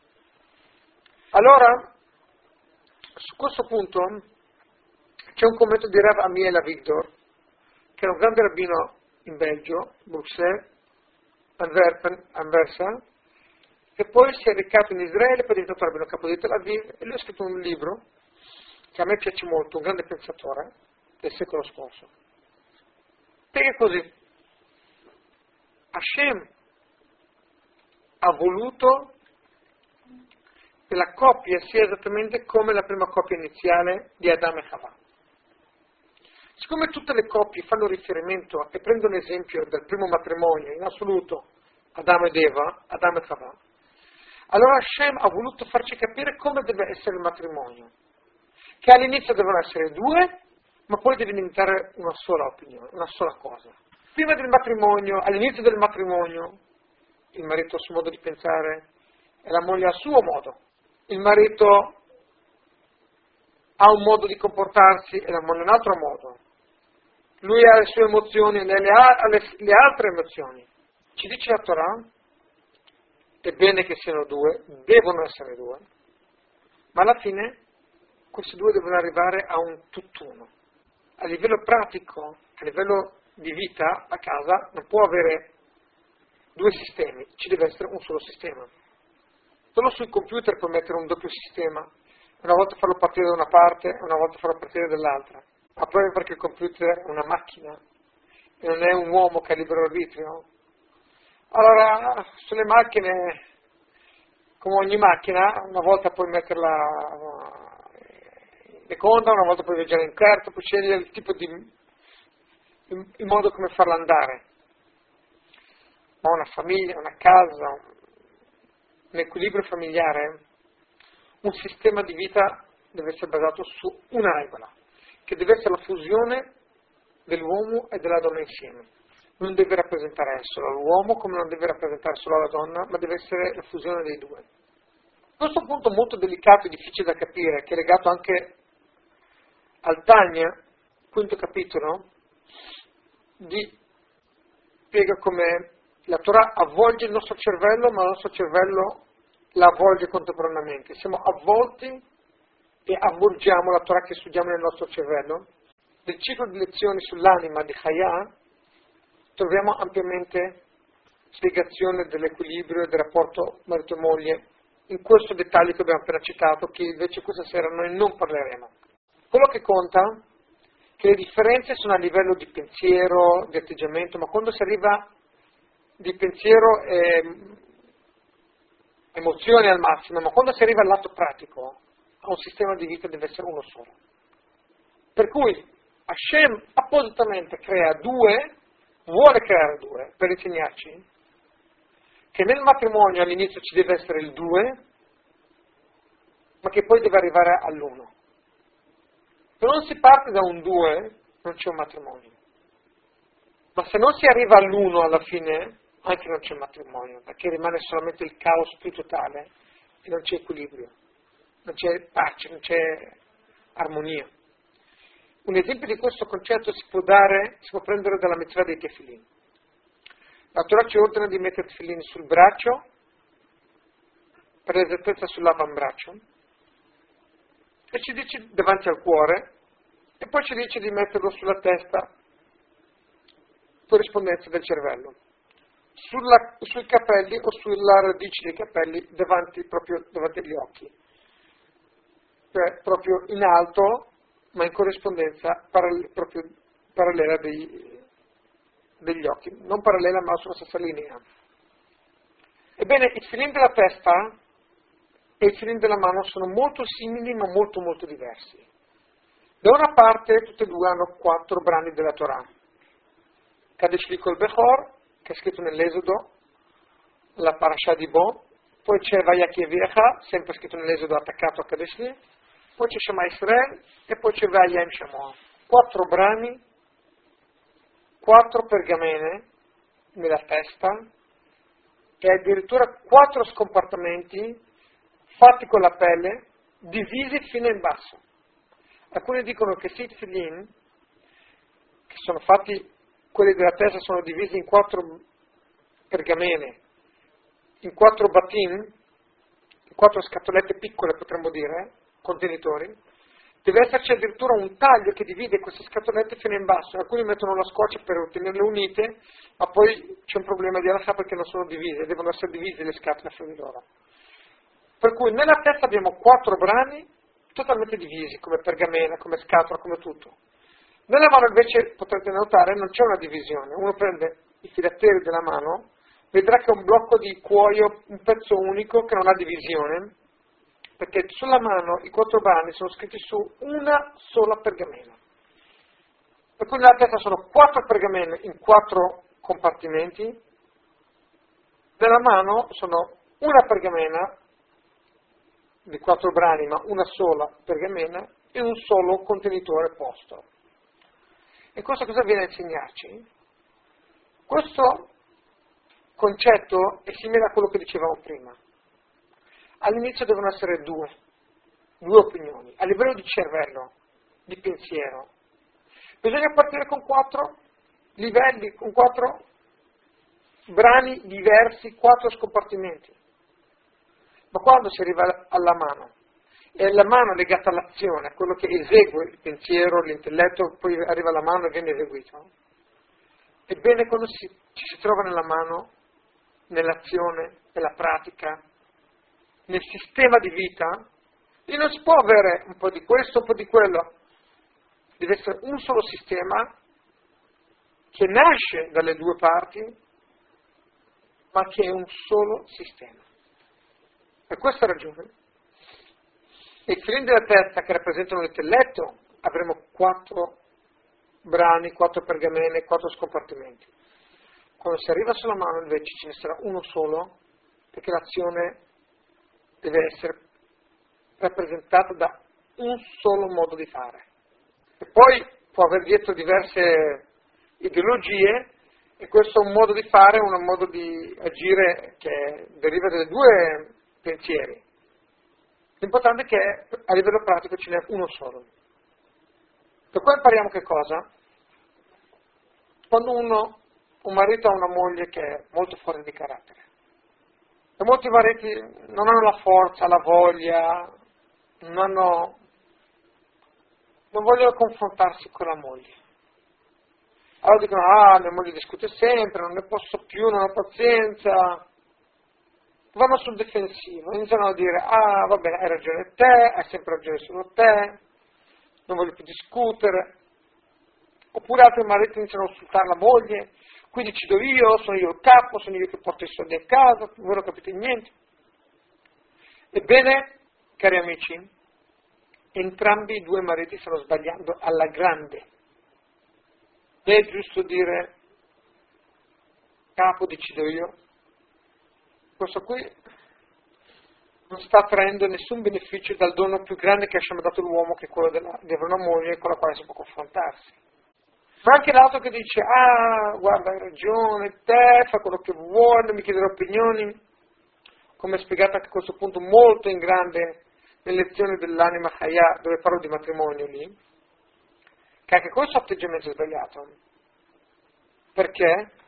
Allora, su questo punto, c'è un commento di Rav Amiel Avigdor, che era un grande rabbino in Belgio, Bruxelles, Antwerpen, Anversa, che poi si è recato in Israele, poi è diventato rabbino capo di Tel Aviv, e lui ha scritto un libro che a me piace molto, un grande pensatore del secolo scorso. Perché così? Hashem ha voluto che la coppia sia esattamente come la prima coppia iniziale di Adamo e Chava. Siccome tutte le coppie fanno riferimento e prendono esempio del primo matrimonio, in assoluto Adamo ed Eva, Adamo e Chava, allora Hashem ha voluto farci capire come deve essere il matrimonio, che all'inizio devono essere due, ma poi deve diventare una sola opinione, una sola cosa. Prima del matrimonio, all'inizio del matrimonio, il marito ha il suo modo di pensare e la moglie ha il suo modo. Il marito ha un modo di comportarsi e la moglie un altro modo. Lui ha le sue emozioni e lei ha le, le altre emozioni. Ci dice la Torah, è bene che siano due, devono essere due, ma alla fine questi due devono arrivare a un tutt'uno. A livello pratico, a livello di vita, a casa, non può avere due sistemi, ci deve essere un solo sistema. Solo sui computer puoi mettere un doppio sistema, una volta farlo partire da una parte e una volta farlo partire dall'altra. Ma proprio perché il computer è una macchina e non è un uomo che ha libero arbitrio. Allora, sulle macchine, come ogni macchina, una volta puoi metterla in seconda, una volta puoi viaggiare in terza, puoi scegliere il tipo di, il modo come farla andare. Ma una famiglia, una casa, un equilibrio familiare, un sistema di vita deve essere basato su una regola, che deve essere la fusione dell'uomo e della donna insieme. Non deve rappresentare solo l'uomo come non deve rappresentare solo la donna, ma deve essere la fusione dei due. Questo punto molto delicato e difficile da capire, che è legato anche al Tanya, quinto capitolo, di, spiega come la Torah avvolge il nostro cervello, ma il nostro cervello la avvolge contemporaneamente. Siamo avvolti e avvolgiamo la Torah che studiamo nel nostro cervello. Nel ciclo di lezioni sull'anima di Chaya troviamo ampiamente spiegazione dell'equilibrio e del rapporto marito e moglie in questo dettaglio che abbiamo appena citato, che invece questa sera noi non parleremo. Quello che conta è che le differenze sono a livello di pensiero, di atteggiamento, ma quando si arriva di pensiero e emozioni al massimo, ma quando si arriva al lato pratico, a un sistema di vita deve essere uno solo. Per cui Hashem appositamente crea due, vuole creare due, per insegnarci che nel matrimonio all'inizio ci deve essere il due, ma che poi deve arrivare all'uno. Se non si parte da un due, non c'è un matrimonio. Ma se non si arriva all'uno alla fine, anche non c'è matrimonio, perché rimane solamente il caos più totale e non c'è equilibrio, non c'è pace, non c'è armonia. Un esempio di questo concetto si può dare, si può prendere dalla mitzvah dei tefillin. La Torah ci ordina di mettere tefillin sul braccio, per l'esattezza sull'avambraccio, e ci dice davanti al cuore, e poi ci dice di metterlo sulla testa, corrispondenza del cervello. sulla, sui capelli o sulla radice dei capelli davanti, proprio davanti agli occhi, cioè proprio in alto, ma in corrispondenza paralle, proprio parallela dei, degli occhi, non parallela ma sulla stessa linea. Ebbene, i tefillin della testa e i tefillin della mano sono molto simili ma molto molto diversi. Da una parte tutte e due hanno quattro brani della Torah. Kadesh li kol Bechor, che è scritto nell'Esodo, la parasha di Bo, poi c'è Vayakievicha, sempre scritto nell'Esodo attaccato a Kadesh li, poi c'è Shema Israel e poi c'è Vayem Shamoa. Quattro brani, quattro pergamene nella testa e addirittura quattro scompartimenti fatti con la pelle, divisi fino in basso. Alcuni dicono che i tefillin, che sono fatti, quelli della testa sono divisi in quattro pergamene, in quattro batim, in quattro scatolette piccole potremmo dire, contenitori, deve esserci addirittura un taglio che divide queste scatolette fino in basso. Alcuni mettono la scotch per tenerle unite, ma poi c'è un problema di alakha perché non sono divise, devono essere divise le scatole fra di loro. Per cui nella testa abbiamo quattro brani totalmente divisi, come pergamena, come scatola, come tutto. Nella mano invece, potrete notare, non c'è una divisione. Uno prende i filatteri della mano, vedrà che è un blocco di cuoio, un pezzo unico che non ha divisione, perché sulla mano i quattro brani sono scritti su una sola pergamena. Per cui nella testa sono quattro pergamene in quattro compartimenti, nella mano sono una pergamena di quattro brani, ma una sola pergamena e un solo contenitore posto. E questo cosa viene a insegnarci? Questo concetto è simile a quello che dicevamo prima. All'inizio devono essere due, due opinioni, a livello di cervello, di pensiero. Bisogna partire con quattro livelli, con quattro brani diversi, quattro scompartimenti. Ma quando si arriva alla mano, e la mano è legata all'azione, a quello che esegue il pensiero, l'intelletto, poi arriva alla mano e viene eseguito, ebbene quando si, ci si trova nella mano, nell'azione, nella pratica, nel sistema di vita, e non si può avere un po' di questo, un po' di quello, deve essere un solo sistema che nasce dalle due parti, ma che è un solo sistema. Per questa ragione, i tefillin della testa che rappresentano l'intelletto, avremo quattro brani, quattro pergamene, quattro scompartimenti. Quando si arriva sulla mano invece ce ne sarà uno solo, perché l'azione deve essere rappresentata da un solo modo di fare. E poi può aver dietro diverse ideologie, e questo è un modo di fare, un modo di agire che deriva dalle due pensieri. L'importante è che a livello pratico ce n'è uno solo. Per cui impariamo che cosa? Quando uno, un marito ha una moglie che è molto fuori di carattere, e molti mariti non hanno la forza, la voglia, non hanno, non vogliono confrontarsi con la moglie. Allora dicono, ah, mia moglie discute sempre, non ne posso più, non ho pazienza. Vanno sul difensivo, iniziano a dire, ah, va bene, hai ragione te, hai sempre ragione solo te, non voglio più discutere. Oppure altri mariti iniziano a insultare la moglie, qui decido io, sono io il capo, sono io che porto i soldi a casa, voi non capite niente. Ebbene, cari amici, entrambi i due mariti stanno sbagliando alla grande. Non è giusto dire, capo, decido io. Questo qui non sta traendo nessun beneficio dal dono più grande che ha dato l'uomo, che è quello della, di avere una moglie con la quale si può confrontarsi. Ma anche l'altro che dice, ah, guarda, hai ragione, te, fa quello che vuoi, non mi chiedere opinioni, come è spiegato anche a questo punto molto in grande nelle lezioni dell'anima Chaya, dove parlo di matrimonio lì, che anche questo atteggiamento è sbagliato. Perché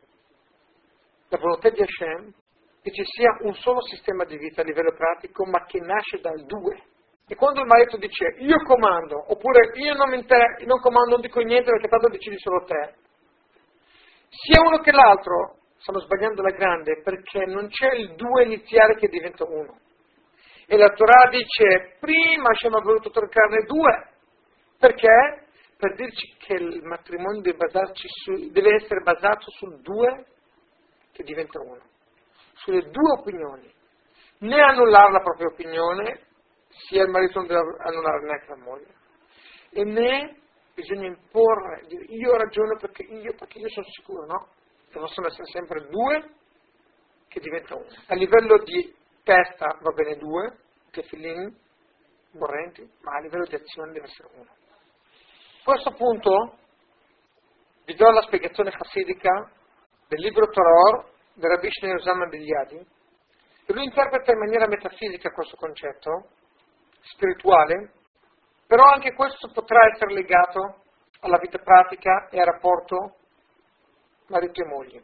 la volontà di Hashem che ci sia un solo sistema di vita a livello pratico, ma che nasce dal due. E quando il marito dice io comando, oppure io non mi inter- non comando, non dico niente perché tanto decidi solo te, sia uno che l'altro stanno sbagliando la grande perché non c'è il due iniziale che diventa uno. E la Torah dice, prima Hashem ha voluto toccarne due. Perché? Per dirci che il matrimonio deve, basarci su, deve essere basato sul due che diventa uno. Sulle due opinioni. Né annullare la propria opinione, sia il marito non deve annullare neanche la moglie. E né bisogna imporre, dire io ragiono perché io, perché io sono sicuro, no? Che possono essere sempre due che diventa uno. A livello di testa va bene due, tefillin, borrenti, ma a livello di azione deve essere uno. A questo punto vi do la spiegazione chassidica del libro Torah del Rabbi Shneur Zalman ben Yadi, e lui interpreta in maniera metafisica questo concetto spirituale, però anche questo potrà essere legato alla vita pratica e al rapporto marito e moglie.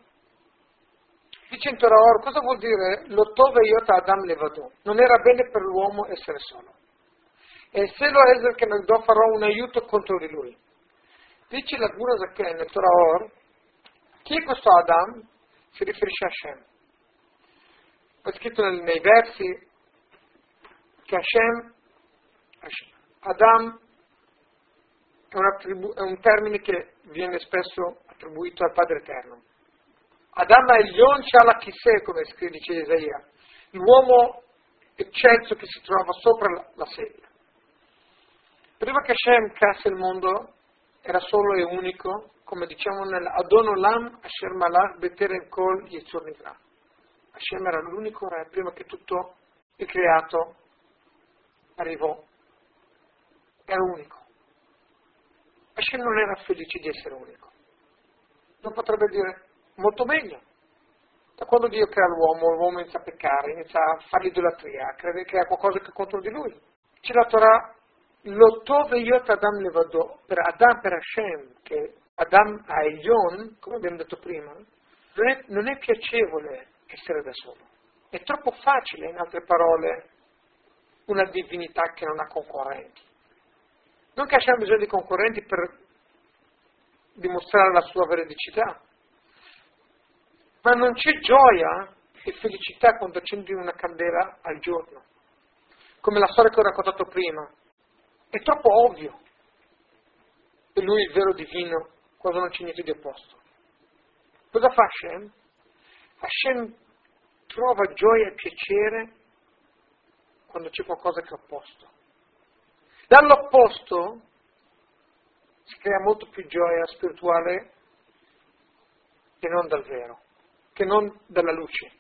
Dice in Torah, cosa vuol dire lo tov yot adam levado? Non era bene per l'uomo essere solo. E se lo eser che nel do farò un aiuto contro di lui. Dice la Gura Zaken nel Torah, chi è questo Adam? Si riferisce a Hashem. È scritto nei versi che Hashem, Adam è un, attribu- è un termine che viene spesso attribuito al Padre Eterno. Adam è il Yon Shala Kiseh, come dice Isaia, l'uomo eccelso che si trova sopra la, la sedia. Prima che Hashem creasse il mondo era solo e unico, come diciamo nell'Adon Olam Asher Malach Beterem Kol Yetzur Nivra. Hashem era l'unico re prima che tutto il creato arrivò. Era unico. Hashem non era felice di essere unico. Non potrebbe dire molto meglio. Da quando Dio crea l'uomo, l'uomo inizia a peccare, inizia a fare l'idolatria, crede che ha qualcosa che è contro di lui. C'è la Torah, lo tov yot Adam levado, per Adam, per Hashem, che Adam ha Elion, come abbiamo detto prima, non è, non è piacevole essere da solo. È troppo facile, in altre parole, una divinità che non ha concorrenti. Non che Hashem ha bisogno di concorrenti per dimostrare la sua veridicità, ma non c'è gioia e felicità quando accendi una candela al giorno. Come la storia che ho raccontato prima. È troppo ovvio. E lui il vero divino, quando non c'è niente di opposto. Cosa fa Hashem? Hashem trova gioia e piacere quando c'è qualcosa che è opposto. Dall'opposto si crea molto più gioia spirituale che non dal vero, che non dalla luce.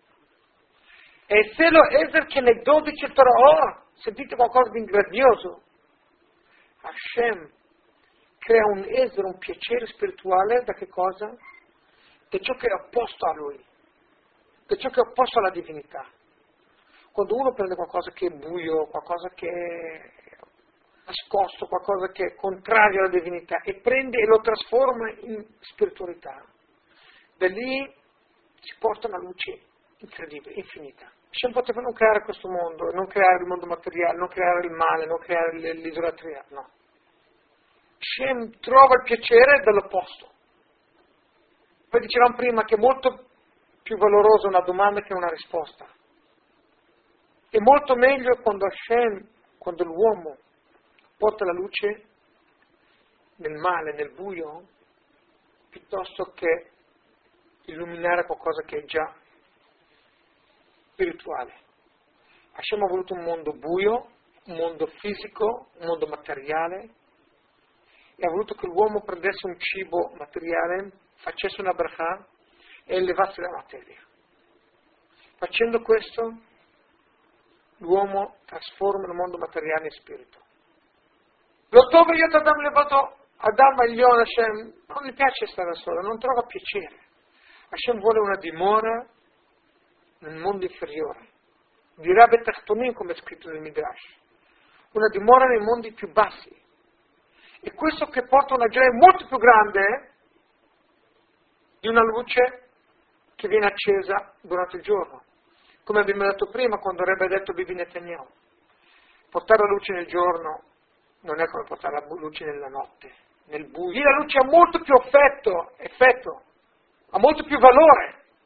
E se lo eser che nei dodici Torah, sentite qualcosa di gradioso, Hashem crea un eser, un piacere spirituale da che cosa? Da ciò che è opposto a lui, da ciò che è opposto alla divinità. Quando uno prende qualcosa che è buio, qualcosa che è nascosto, qualcosa che è contrario alla divinità, e prende e lo trasforma in spiritualità, da lì si porta una luce incredibile, infinita. Hashem poteva non creare questo mondo, non creare il mondo materiale, non creare il male, non creare l'idolatria, no. Hashem trova il piacere dall'opposto. Poi dicevamo prima che è molto più valorosa una domanda che una risposta. È molto meglio quando Hashem, quando l'uomo porta la luce nel male, nel buio, piuttosto che illuminare qualcosa che è già spirituale. Hashem ha voluto un mondo buio, un mondo fisico, un mondo materiale, e ha voluto che l'uomo prendesse un cibo materiale, facesse una bracha e elevasse la materia. Facendo questo, l'uomo trasforma il mondo materiale in spirito. Lo tov yot Adam levado, Adam Elion Hashem non gli piace stare solo, non trova piacere. Hashem vuole una dimora nel mondo inferiore. Di Rabbe Tachtonim, come è scritto nel Midrash. Una dimora nei mondi più bassi. E questo che porta una gioia molto più grande di una luce che viene accesa durante il giorno. Come abbiamo detto prima, quando Rebbe ha detto Bibi Netanyahu. Portare la luce nel giorno non è come portare la luce nella notte, nel buio. Lì la luce ha molto più effetto, effetto, ha molto più valore.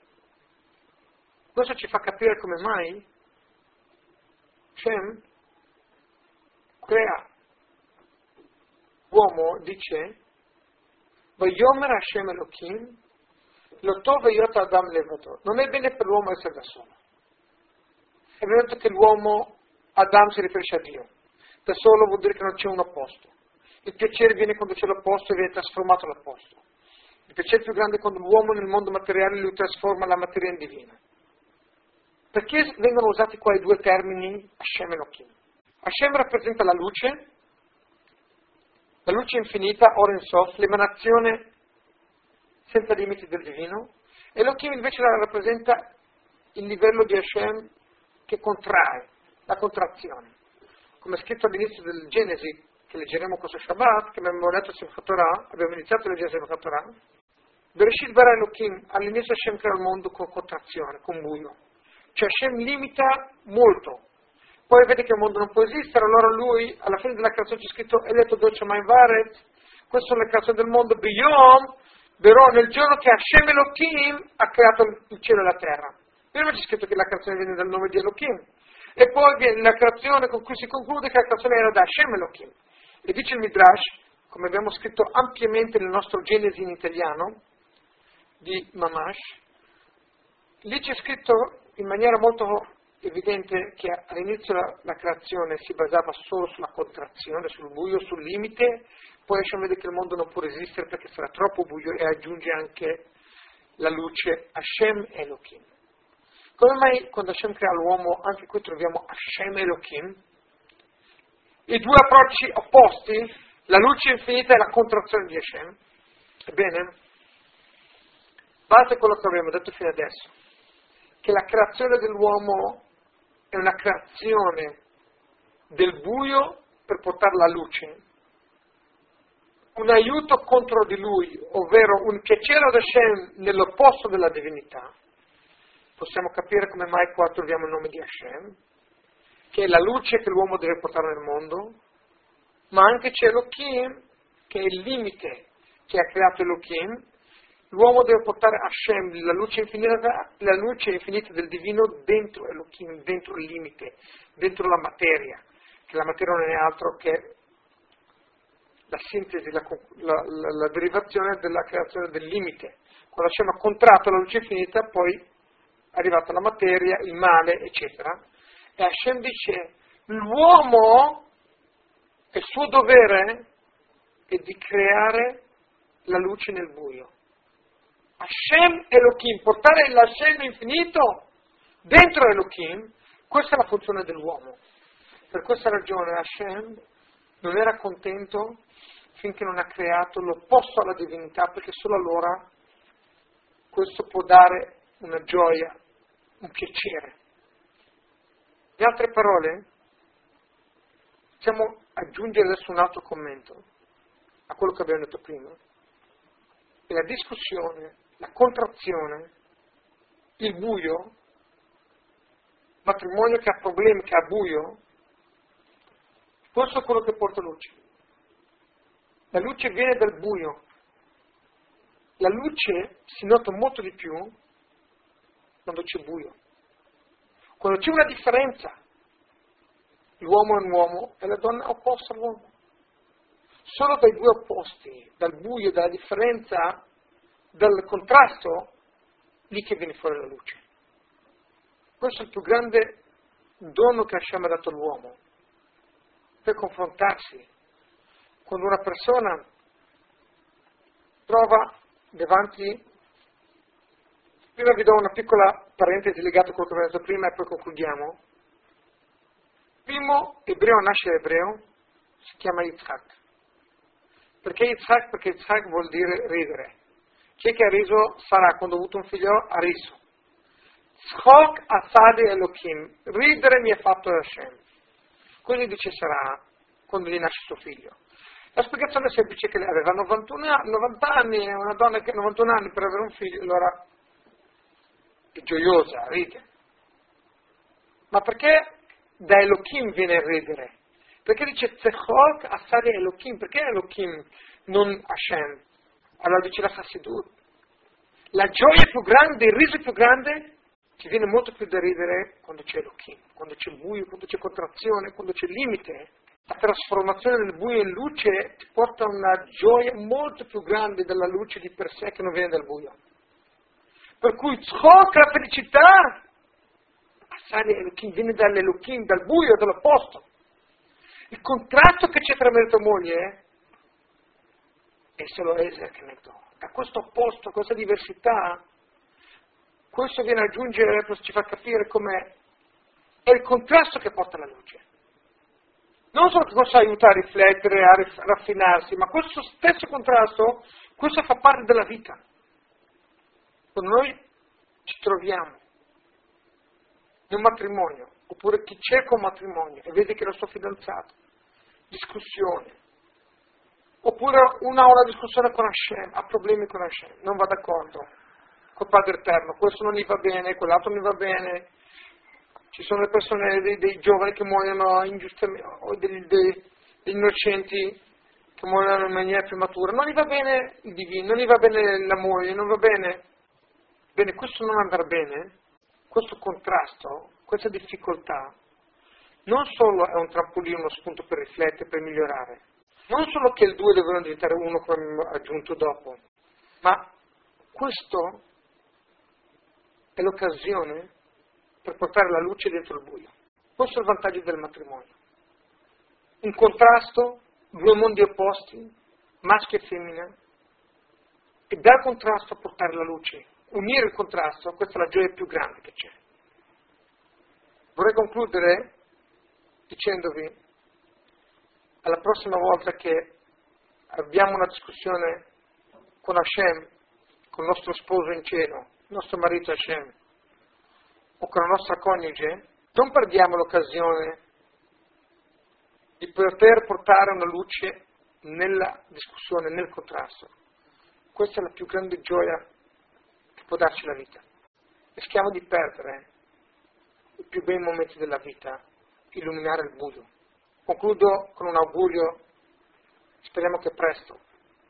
Questo ci fa capire come mai Hashem crea l'uomo, dice Vayomer Hashem Elohim lo tov vayot Adam levado. Non è bene per l'uomo essere da solo. È vero che l'uomo, Adam, si riferisce a Dio. Da solo vuol dire che non c'è un opposto. Il piacere viene quando c'è l'opposto e viene trasformato l'opposto. Il piacere più grande è quando l'uomo nel mondo materiale lui trasforma la materia in divina. Perché vengono usati qua i due termini Hashem e Elohim? Hashem rappresenta la luce, la luce infinita, Or Ein Sof, l'emanazione senza limiti del divino, e Elohim invece la rappresenta il livello di Hashem che contrae, la contrazione. Come è scritto all'inizio del Genesi, che leggeremo questo Shabbat, che abbiamo letto Simchat Torah, abbiamo iniziato a leggere Simchat Torah, Bereshit bara Elohim, all'inizio Hashem crea il mondo con contrazione, con buio. Cioè Hashem limita molto. Poi vede che il mondo non può esistere, allora lui, alla fine della creazione c'è scritto Elet Doce Mai Varet, queste sono le creazioni del mondo, Biyom, però nel giorno che Hashem Elohim ha creato il cielo e la terra. Prima c'è scritto che la creazione viene dal nome di Elohim, e poi viene la creazione con cui si conclude che la creazione era da Hashem Elohim. E dice il Midrash, come abbiamo scritto ampiamente nel nostro Genesi in italiano, di Mamash, lì c'è scritto in maniera molto evidente che all'inizio la, la creazione si basava solo sulla contrazione, sul buio, sul limite, poi Hashem vede che il mondo non può resistere perché sarà troppo buio e aggiunge anche la luce, Hashem Elohim. Come mai quando Hashem crea l'uomo, anche qui troviamo Hashem Elohim? I due approcci opposti, la luce infinita e la contrazione di Hashem. Ebbene, basta quello che abbiamo detto fino adesso, che la creazione dell'uomo è una creazione del buio per portare la luce, un aiuto contro di lui, ovvero un piacere ad Hashem nell'opposto della divinità. Possiamo capire come mai qua troviamo il nome di Hashem, che è la luce che l'uomo deve portare nel mondo, ma anche c'è Elohim, che è il limite che ha creato Elohim. L'uomo deve portare Hashem, la luce infinita, la luce infinita del divino dentro Elohim, dentro il limite, dentro la materia, che la materia non è altro che la sintesi, la, la, la, la derivazione della creazione del limite. Quando Hashem ha contratto la luce infinita, poi è arrivata la materia, il male, eccetera. E Hashem dice, l'uomo, il suo dovere è di creare la luce nel buio. Hashem Elohim, portare l'Hashem infinito dentro Elohim, questa è la funzione dell'uomo. Per questa ragione Hashem non era contento finché non ha creato l'opposto alla divinità, perché solo allora questo può dare una gioia, un piacere. In altre parole, possiamo aggiungere adesso un altro commento a quello che abbiamo detto prima. E la discussione, la contrazione, il buio, matrimonio che ha problemi, che ha buio, questo è quello che porta luce. La luce viene dal buio. La luce si nota molto di più quando c'è buio. Quando c'è una differenza, l'uomo è un uomo e la donna è opposta all'uomo. Solo dai due opposti, dal buio, dalla differenza, dal contrasto, lì che viene fuori la luce. Questo è il più grande dono che Hashem ha dato all'uomo, per confrontarsi. Quando una persona trova davanti, prima vi do una piccola parentesi legata a quello che abbiamo detto prima e poi concludiamo. Primo ebreo nasce ebreo, si chiama Yitzhak. Perché Yitzhak? Perché Yitzhak vuol dire ridere. Chi è che ha riso sarà, quando ha avuto un figlio, ha riso. Tzchok asadi Elohim, ridere mi ha fatto Hashem. Quindi dice sarà quando gli nasce suo figlio. La spiegazione è semplice, che lei aveva novanta anni, è una donna che ha novantuno anni per avere un figlio, allora è gioiosa, ride. Ma perché da Elohim viene il ridere? Perché dice Tzechok asadi Elohim, perché Elohim non Hashem? Allora dice la Chassidut, la gioia più grande, il riso più grande Ci viene molto più da ridere quando c'è Elohim, quando c'è buio, quando c'è contrazione, quando c'è limite. La trasformazione del buio in luce ti porta a una gioia molto più grande della luce di per sé che non viene dal buio. Per cui tzchok, la felicità, Elohim, viene dall'Elohim, dal buio, dall'opposto. Il contrasto che c'è tra marito e moglie è solo Eser che ne do. Da questo opposto, questa diversità, questo viene a aggiungere, ci fa capire com'è, è il contrasto che porta alla luce. Non solo che questo aiuta a riflettere, a raffinarsi, ma questo stesso contrasto, questo fa parte della vita. Quando noi ci troviamo in un matrimonio, oppure chi cerca un matrimonio e vede che è il suo fidanzato, discussione, oppure uno ha una discussione con Hashem, ha problemi con Hashem, non va d'accordo col Padre Eterno, questo non gli va bene, quell'altro non gli va bene, ci sono le persone, dei, dei giovani che muoiono ingiustamente, o degli, dei, degli innocenti che muoiono in maniera prematura, non gli va bene il divino, non gli va bene la moglie, non va bene, bene, questo non andrà bene, questo contrasto, questa difficoltà, non solo è un trampolino, uno spunto per riflettere, per migliorare, non solo che i due devono diventare uno come abbiamo aggiunto dopo, ma questo è l'occasione per portare la luce dentro il buio. Questo è il vantaggio del matrimonio. Un contrasto, due mondi opposti, maschio e femmina, e dal contrasto portare la luce, unire il contrasto, questa è la gioia più grande che c'è. Vorrei concludere dicendovi, alla prossima volta che abbiamo una discussione con Hashem, con il nostro sposo in cielo, il nostro marito Hashem, o con la nostra coniuge, non perdiamo l'occasione di poter portare una luce nella discussione, nel contrasto. Questa è la più grande gioia che può darci la vita. Rischiamo di perdere i più bei momenti della vita, illuminare il buio. Concludo con un augurio, speriamo che presto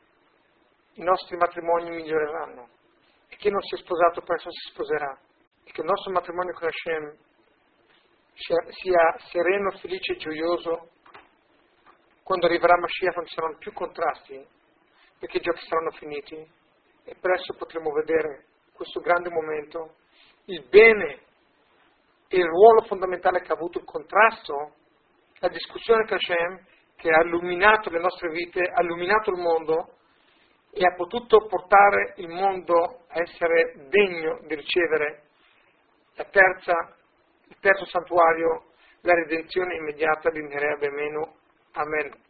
i nostri matrimoni miglioreranno e chi non si è sposato presto si sposerà e che il nostro matrimonio con Hashem sia, sia sereno, felice e gioioso quando arriverà Mashiach, non ci saranno più contrasti perché i giochi saranno finiti e presto potremo vedere questo grande momento, il bene e il ruolo fondamentale che ha avuto il contrasto, la discussione con Hashem, che ha illuminato le nostre vite, ha illuminato il mondo e ha potuto portare il mondo a essere degno di ricevere la terza, il terzo santuario, la redenzione immediata di Nerea Bemenu. Amen.